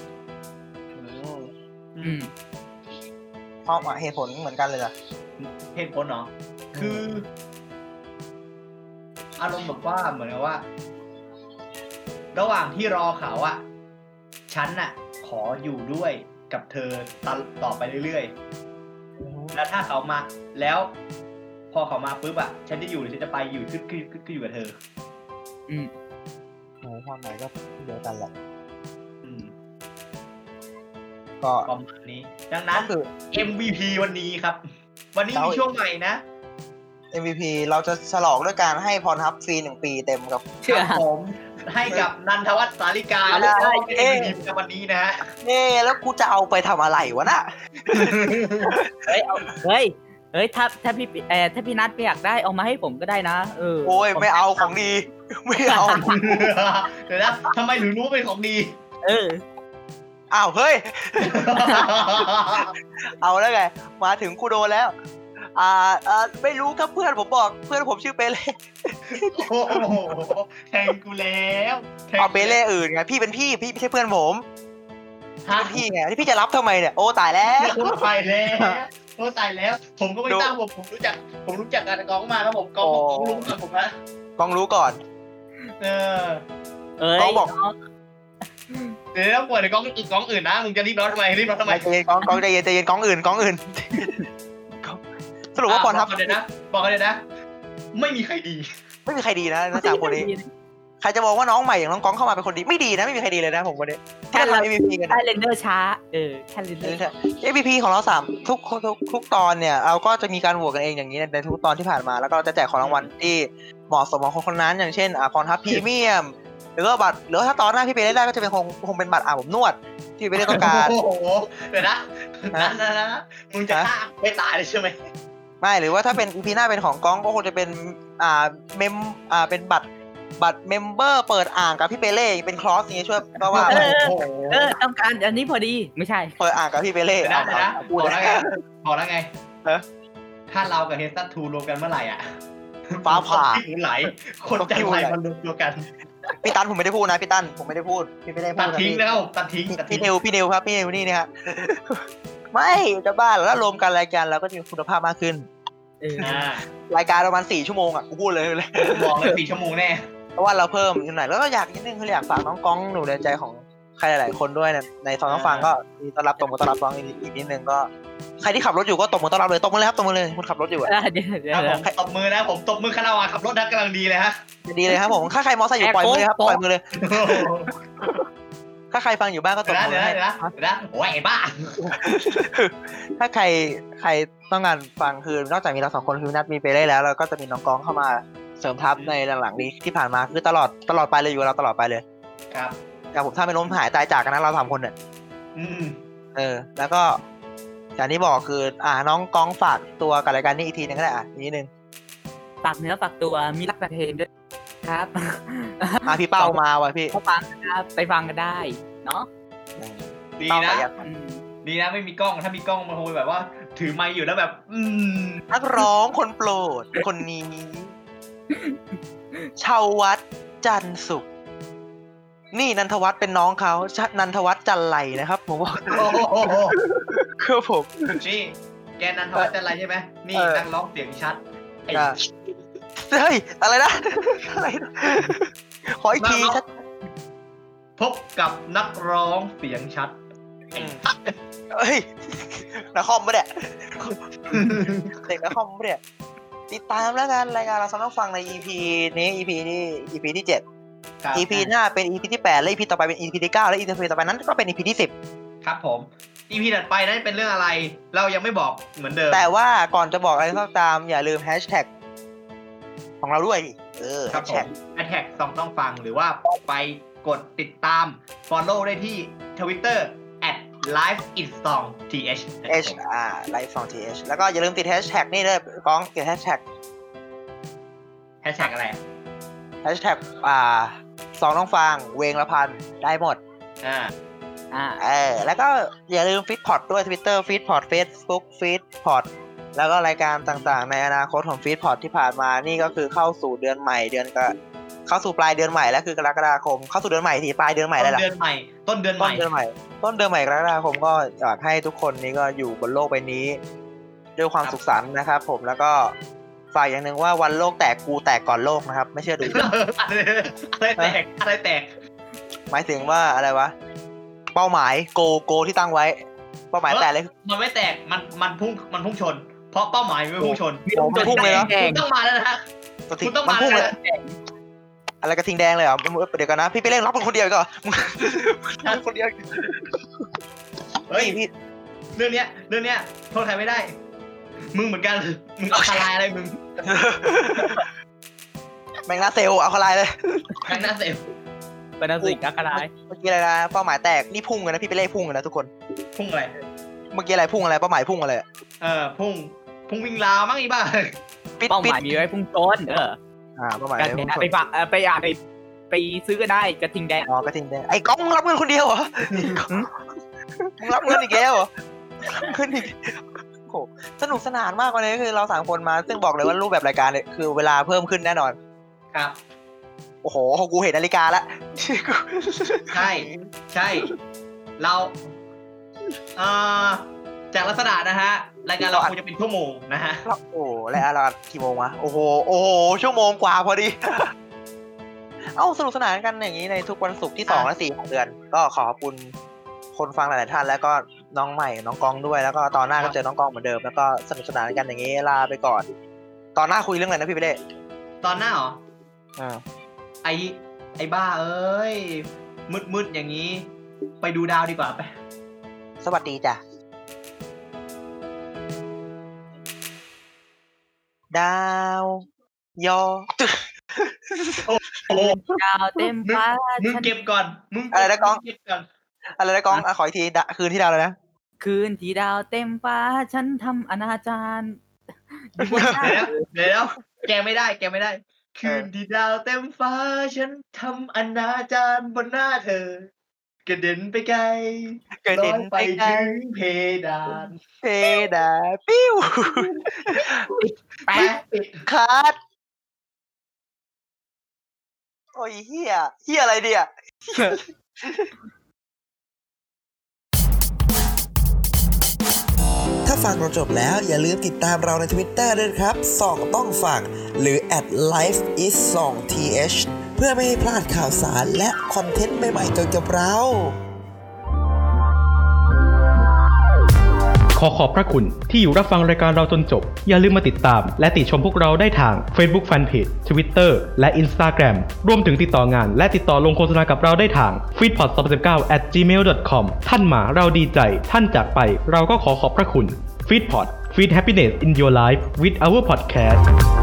อืมข้อมาเหตุผลเหมือนกันเลยเหรอเหตุผลเนาะคืออารมณ์แบบว่าเหมือนกับว่าระหว่างที่รอเขาอ่ะฉันน่ะขออยู่ด้วยกับเธอต่อไปเรื่อยๆแล้วถ้าเขามาแล้วพอเขามาปุ๊บอ่ะฉันจะอยู่หรือฉันจะไปอยู่คือคือคืออยู่กับเธออืมโหความหมายก็เดียวกันแหละอืมก็ประมาณนี้ดังนั้นคือ เอ็ม วี พี วันนี้ครับวันนี้มีช่วงใหม่นะเอ็ม วี พี เราจะฉลองด้วยการให้พรทับฟรีหนึ่งปีเต็มครับผมให้กับนันทวัฒน์สาริกาและก็ เอ็ม วี พี ในวันนี้นะฮะเอ๊แล้วกูจะเอาไปทำอะไรวะน่ะเฮ้ยเอาเฮ้ยเฮ้ยถ้าถ้าพี่เอ่อถ้าพี่นัทไม่อยากได้เอามาให้ผมก็ได้นะเออโอ้ยไม่เอาของดีไม่เอาเดี๋ยวนะทำไมถึงรู้เป็นของดีเอออ้าวเฮ้ยเอาแล้วไงมาถึงกูโดนแล้วอ่าอ่าไม่รู้ครับเพื่อนผมบอกเพื่อนผมชื่อเปเล่โอ้โหแทงกูแล้วเอาเปเล่อื่นไงพี่เป็นพี่พี่ไม่ใช่เพื่อนผมพี่เป็นพี่ไงที่พี่จะรับทำไมเนี่ยโอ้ตายแล้วโอ้ตายแล้วโอ้ตายแล้วผมก็ไม่ทราบผมผมรู้จักผมรู้จักกันกองมาแล้วผมกองกองรู้กับผมนะกองรู้ก่อนเออเอ้ยกองบอกเดี๋ยวปวดในกองอีกกองอื่นนะมึงจะรีบร้อนทำไมรีบร้อนทำไมใจเย็นกองกองใจเย็นใจเย็นกองอื่นกองอื่นสรุปว่าพรทับบอกเลยนะบอกเลยนะไม่มีใครดีไม่มีใครดีนะนะสามคนนี้ใครจะบอกว่าน้องใหม่อย่างน้องก้องเข้ามาเป็นคนดีไม่ดีนะไม่มีใครดีเลยนะผมวันนี้แค่เรา เอ็ม วี พี กันแค่เรนเดอร์ช้าเออแค่เรนเดอร์เอ็ม วี พี ของเราสามทุกทุกทุกตอนเนี่ยเราก็จะมีการโหวตกันเองอย่างนี้ในทุกตอนที่ผ่านมาแล้วก็จะแจกของรางวัลที่เหมาะสมของคนคนนั้นอย่างเช่นอ่าพรทับพรีเมียมหรือว่าบัตรหรือถ้าตอนหน้าพี่เปเล่ได้ก็จะเป็นคงคงเป็นบัตรอาบอบนวดที่ไม่ได้ต้องการโอ้โหเดี๋ยวนะนะนะมึงจะฆ่าไม่ตายเลยใช่ไหมไม่หรือว่าถ้าเป็น อี พี หน้าเป็นของก้องก็คงจะเป็นอ่าเมมอ่าเป็นบัตรบัตรเมมเบอร์เปิดอ่างกับพี่เปเล่เป็นคลอสนี้ช่วยก็ว่าเออโอ้โหเออต้องการอันนี้พอดีไม่ใช่เปิดอ่างกับพี่เปเล่เดี๋ยวนะเดี๋ยวนะเอาบพูดอกแล้แล้ววไงบอกแล้วไงเออถ้าเรากับเฮสตัสทูรวมกันเมื่อไหร่อ่ะฟ้าผ่าคนที่หมุนไหล คนใจไหลมันรวมตัวกันพี่ตั้นผมไม่ได้พูดนะพี่ตั้นผมไม่ได้พูดพี่ไม่ได้พูตัดดนะทิ้งพี่นะครับผมตัดทิ้งพี่ตัดทิ้พี่งนิวพี่นิวครับพี่นิวนี่นะฮะ ไม่จะบ้าเหรอแล้วรวมกันรายการเราก็จะมีคุณภาพมากขึ้นเอออ่ารายการประมาณสี่ชั่วโมงอ่ะกูพูดเลยเลยบอกเลยสี่ชั่วโมงแน่เพราะว่าเราเพิ่มนิดหน่อยแล้วก็อยากนิดนึงคืออยากฝากน้องก้องหนูในใจของใครหลายๆคนด้วยนะในซองน้องฟังก็มีต้อนรับตบมือต้อนรับน้องอีกนิดนึงก็ใครที่ขับรถอยู่ก็ตบมือต้อนรับเลยตบมือเลยครับตบมือเลยคุณขับรถอยู่อะเออเดี๋ยวเดี๋ยคว รับเดี๋ผยวมตบมือนะผมตบมือคาราวาขับรถนักกำลังดีเลยฮะดีเลยครับผมถ้าใครมอไซค์อยู่ปล่อยมือเลยครับปล่อยมือเลย ถ้าใครฟังอยู่บ้านก็ตเดี๋ยบวนะมืเดี๋ยวอนะให้เดี๋ยวนะเดี๋ยวนะโอ้ยไอ้บ้าถ้าใครใครต้องการฟังคือนอกจากมีเราสองคนคือนัดมีไปได้แล้วเราก็จะมีน้องก้องเข้ามาเสริมทัพในหลังๆนี้ที่ผ่านมาคือตลอดตลอดไปเลยอยู่กับเราตลอดไปเลยครับแต่ผมถ้าไม่ล้มหายตายจากกันนะเราสามคนเนี่ยอืมเออ แล้วก็อย่างที่บอกคือ อ่าน้องก้องฝากตัวกับรายการนี้อีกทีนึงก็ได้อ่ะนิดนึงฝากเนื้อฝากตัวมีรักเพลงด้วยครับอ่ะพี่เป้ามาว่ะพี่เขาฟังนะครับไปฟังกันได้เนาะดีเป้านะสายันอืมดีนะไม่มีกล้องถ้ามีกล้องมันคงแบบว่า ถือไมค์อยู่แล้วแบบ อืมนักร้องคนโปรดคนนี้ชาววัดจันทร์สุข นี่นันทวัฒน์เป็นน้องเขาชะนันทวัฒน์จันไหลนะครับผมว่าโอ้โหคือผมนี่แกนันทวัฒน์จะอะไรใช่ไหมนี่เออนักร้องเสียงชัดไอ้อ่ะ เฮ้ยอะไรนะอะไรนะขออีกทีชัดพบกับนักร้องเสียงชัดไอ้เฮ้ยนาคอมปะเนี่ยเด็กนาคอมปะเนี่ยติดตามแล้วกันรายการเราสามารถฟังใน อี พี นี้ อี พี ที่ อี พี ที่เจ็ดครับอี พี หน้าเป็น อี พี ที่แปดและ อี พี ต่อไปเป็น อี พี ที่เก้าและ อี พี ต่อไปนั้นก็เป็น อี พี ที่สิบครับผม อี พี ถัดไปนั้นเป็นเรื่องอะไร เรายังไม่บอกเหมือนเดิมแต่ว่าก่อนจะบอกอะไรก็ตามอย่าลืมแฮชแท็กของเราด้วยดิเออครับผแฮชแท็มกแอทแท็กต้องต้องฟังหรือว่าไปกดติดตาม follow ได้ที่ Twitter at live in song th เอชอ่าไลฟ์สองทีเอชแล้วก็อย่าลืมติดแฮชแท็กนี่ด้วยก้องติดแฮชแท็กแฮชแท็กอะไรแฮชแท็กอ่าสองน้องฟางเวงละพันได้หมดอ่าอ่าเออแล้วก็อย่าลืมฟีดพอดด้วย Twitter ฟีดพอด Facebook ฟีดพอดแล้วก็รายการต่างๆ ในอนาคตของฟีดพอดที่ผ่านมานี่ก็คือเข้าสู่เดือนใหม่เดือนก็เข้าสู่ปลายเดือนใหม่แล้วคือกรกฎาคมเข้าสู่เดือนใหม่ทีปลายเดือนใหม่ต้แล้วนล่ะเดือนใหม่ ต้นเดือนใหต้ม่นเดือนใหม่ต้นเดือนใหม่กรกฎาคมก็อยากให้ทุกคนนี้ก็อยู่บนโลกใบนี้ ด้วยความสุขสันต์นะครับผมแล้วก็ฝากอย่างหนึ่งว่าวันโลกแตกกูแตกก่อนโลกนะครับไม่เชื่อดูอะไรแตก อะไรแตกหมายถึงว่าอะไรวะเป้าหมายโกโกที่ตั้งไว้ เป้าหมายแตกเลยมันไม่แตก มัน มันพุ่ง มันพุ่งชน เพราะเป้าหมายมันไม่พุ่งชนโอ้มันพุ่งเลยเหรอคุณต้องมาแล้วนะฮะกระทิงคุณต้องมันมาพุ่งแล้เลวย นะอะไรกระทิงแดงเลยเหรอเดี๋ยวกันนะพี่ไปเล่นรับเป็นคนเดียวก่อนมึงคนเดียวเฮ้ยพี่เรื่องเนี้ย เรื่องเนี้ย โทษใครไม่ได้ มึงเหมือนกัน มึงเอาคาลายอะไรมึงแมงนาเซลเอาคลายเลยแข่งหน้าเซลเป็นนักสิกอัครายเมื่อกี้อะไรนะเป้าหมายแตกนี่พุ่งเลยนะพี่ไปเล่พุ่งเลยนะทุกคนพุ่งอะไรเมื่อกี้อะไรพุ่งอะไรเป้าหมายพุ่งอะไรเออ พุ่ง พุ่งวิ่งราวมั้งอีบ้าปิดเป้าหปิดมายมีไว้พุ่งชนเอออ่าเป้าหมายกระทิงไปฟังเออไปอ่านไปไปซื้อก็ได้กระทิงแดงอ๋อกระทิงแดงไอ้ก้องมึงรับเงินคนเดียวเหรอมึงรับเงินอีกแล้วเหรอรับเงินอีกโหสนุกสนานมากวันนี้คือเราสามคนมาซึ่งบอกเลยว่ารูปแบบรายการเนี่ยคือเวลาเพิ่มขึ้นแน่นอนครับโอ้โหกูเห็นนาฬิกาแล้วใช่ ใช่ เราเอ่อจากลักษณะนะฮะ รายการเราควรจะเป็นชั่วโมงนะฮะโอ้โหแล้วเรากี่โมงวะโอ้โหโอ้โหชั่วโมงกว่าพอดี เอ้าสนุกสนานกันอย่างนี้ในทุกวันศุกร์ที่สองและสี่ของเดือน ก็ขอบคุณคนฟังหลายๆท่านแล้วก็น้องใหม่น้องกองด้วยแล้วก็ตอนหน้าก็เจอน้องกองเหมือนเดิมแล้วก็สนุกสนานกันอย่างนี้ลาไปก่อน ตอนหน้าคุยเรื่องอะไรนะพี่ไปเล่ตอนหน้าเหรออ่าไอไอบ้าเอ้ย มืดมืดๆอย่างนี้ ไปดูดาวดีกว่าไปสวัสดีจ้ะดาวยอโอ้โหดาวเต็มฟ้ามึงฉันเก็บก่อน มึงอะไรนะกองเก็บก่อนอะไรนะกองอ่ะขออีกทีดะคืนที่ดาวเลยนะคืนที่ดาวเต็มฟ้าฉันทำอนาจารอยู่บนหน้าเดี๋ยวเดี๋ยวแกไม่ได้แกไม่ได้ คืนที่ดาวเต็มฟ้าฉันทำอนาจารบนหน้าเธอกระเด็นไปไกลกระเด็นไปไกลลอยถึงเพดานเพดาปิ้วแป๊ะปิดคัดโอ้ยเฮียเฮียอะไรเนี่ยถ้าฟังเราจบแล้วอย่าลืมติดตามเราใน Twitter ด้วยนะครับส่องต้องฟังหรือ แอท ไลฟ์ อีส สอง ที เอช เพื่อไม่ให้พลาดข่าวสารและคอนเทนต์ใหม่ๆเกี่ยวกับเราขอขอบพระคุณที่อยู่รับฟังรายการเราจนจบอย่าลืมมาติดตามและติชมพวกเราได้ทาง Facebook Fanpage Twitter และ Instagram รวมถึงติดต่องานและติดต่อลงโฆษณากับเราได้ทาง ฟีดพอด สองพันสิบเก้า แอท จีเมล ดอท คอม ท่านมาเราดีใจท่านจากไปเราก็ขอขอบพระคุณ ฟีดพอด Feed Happiness in Your Life with our podcast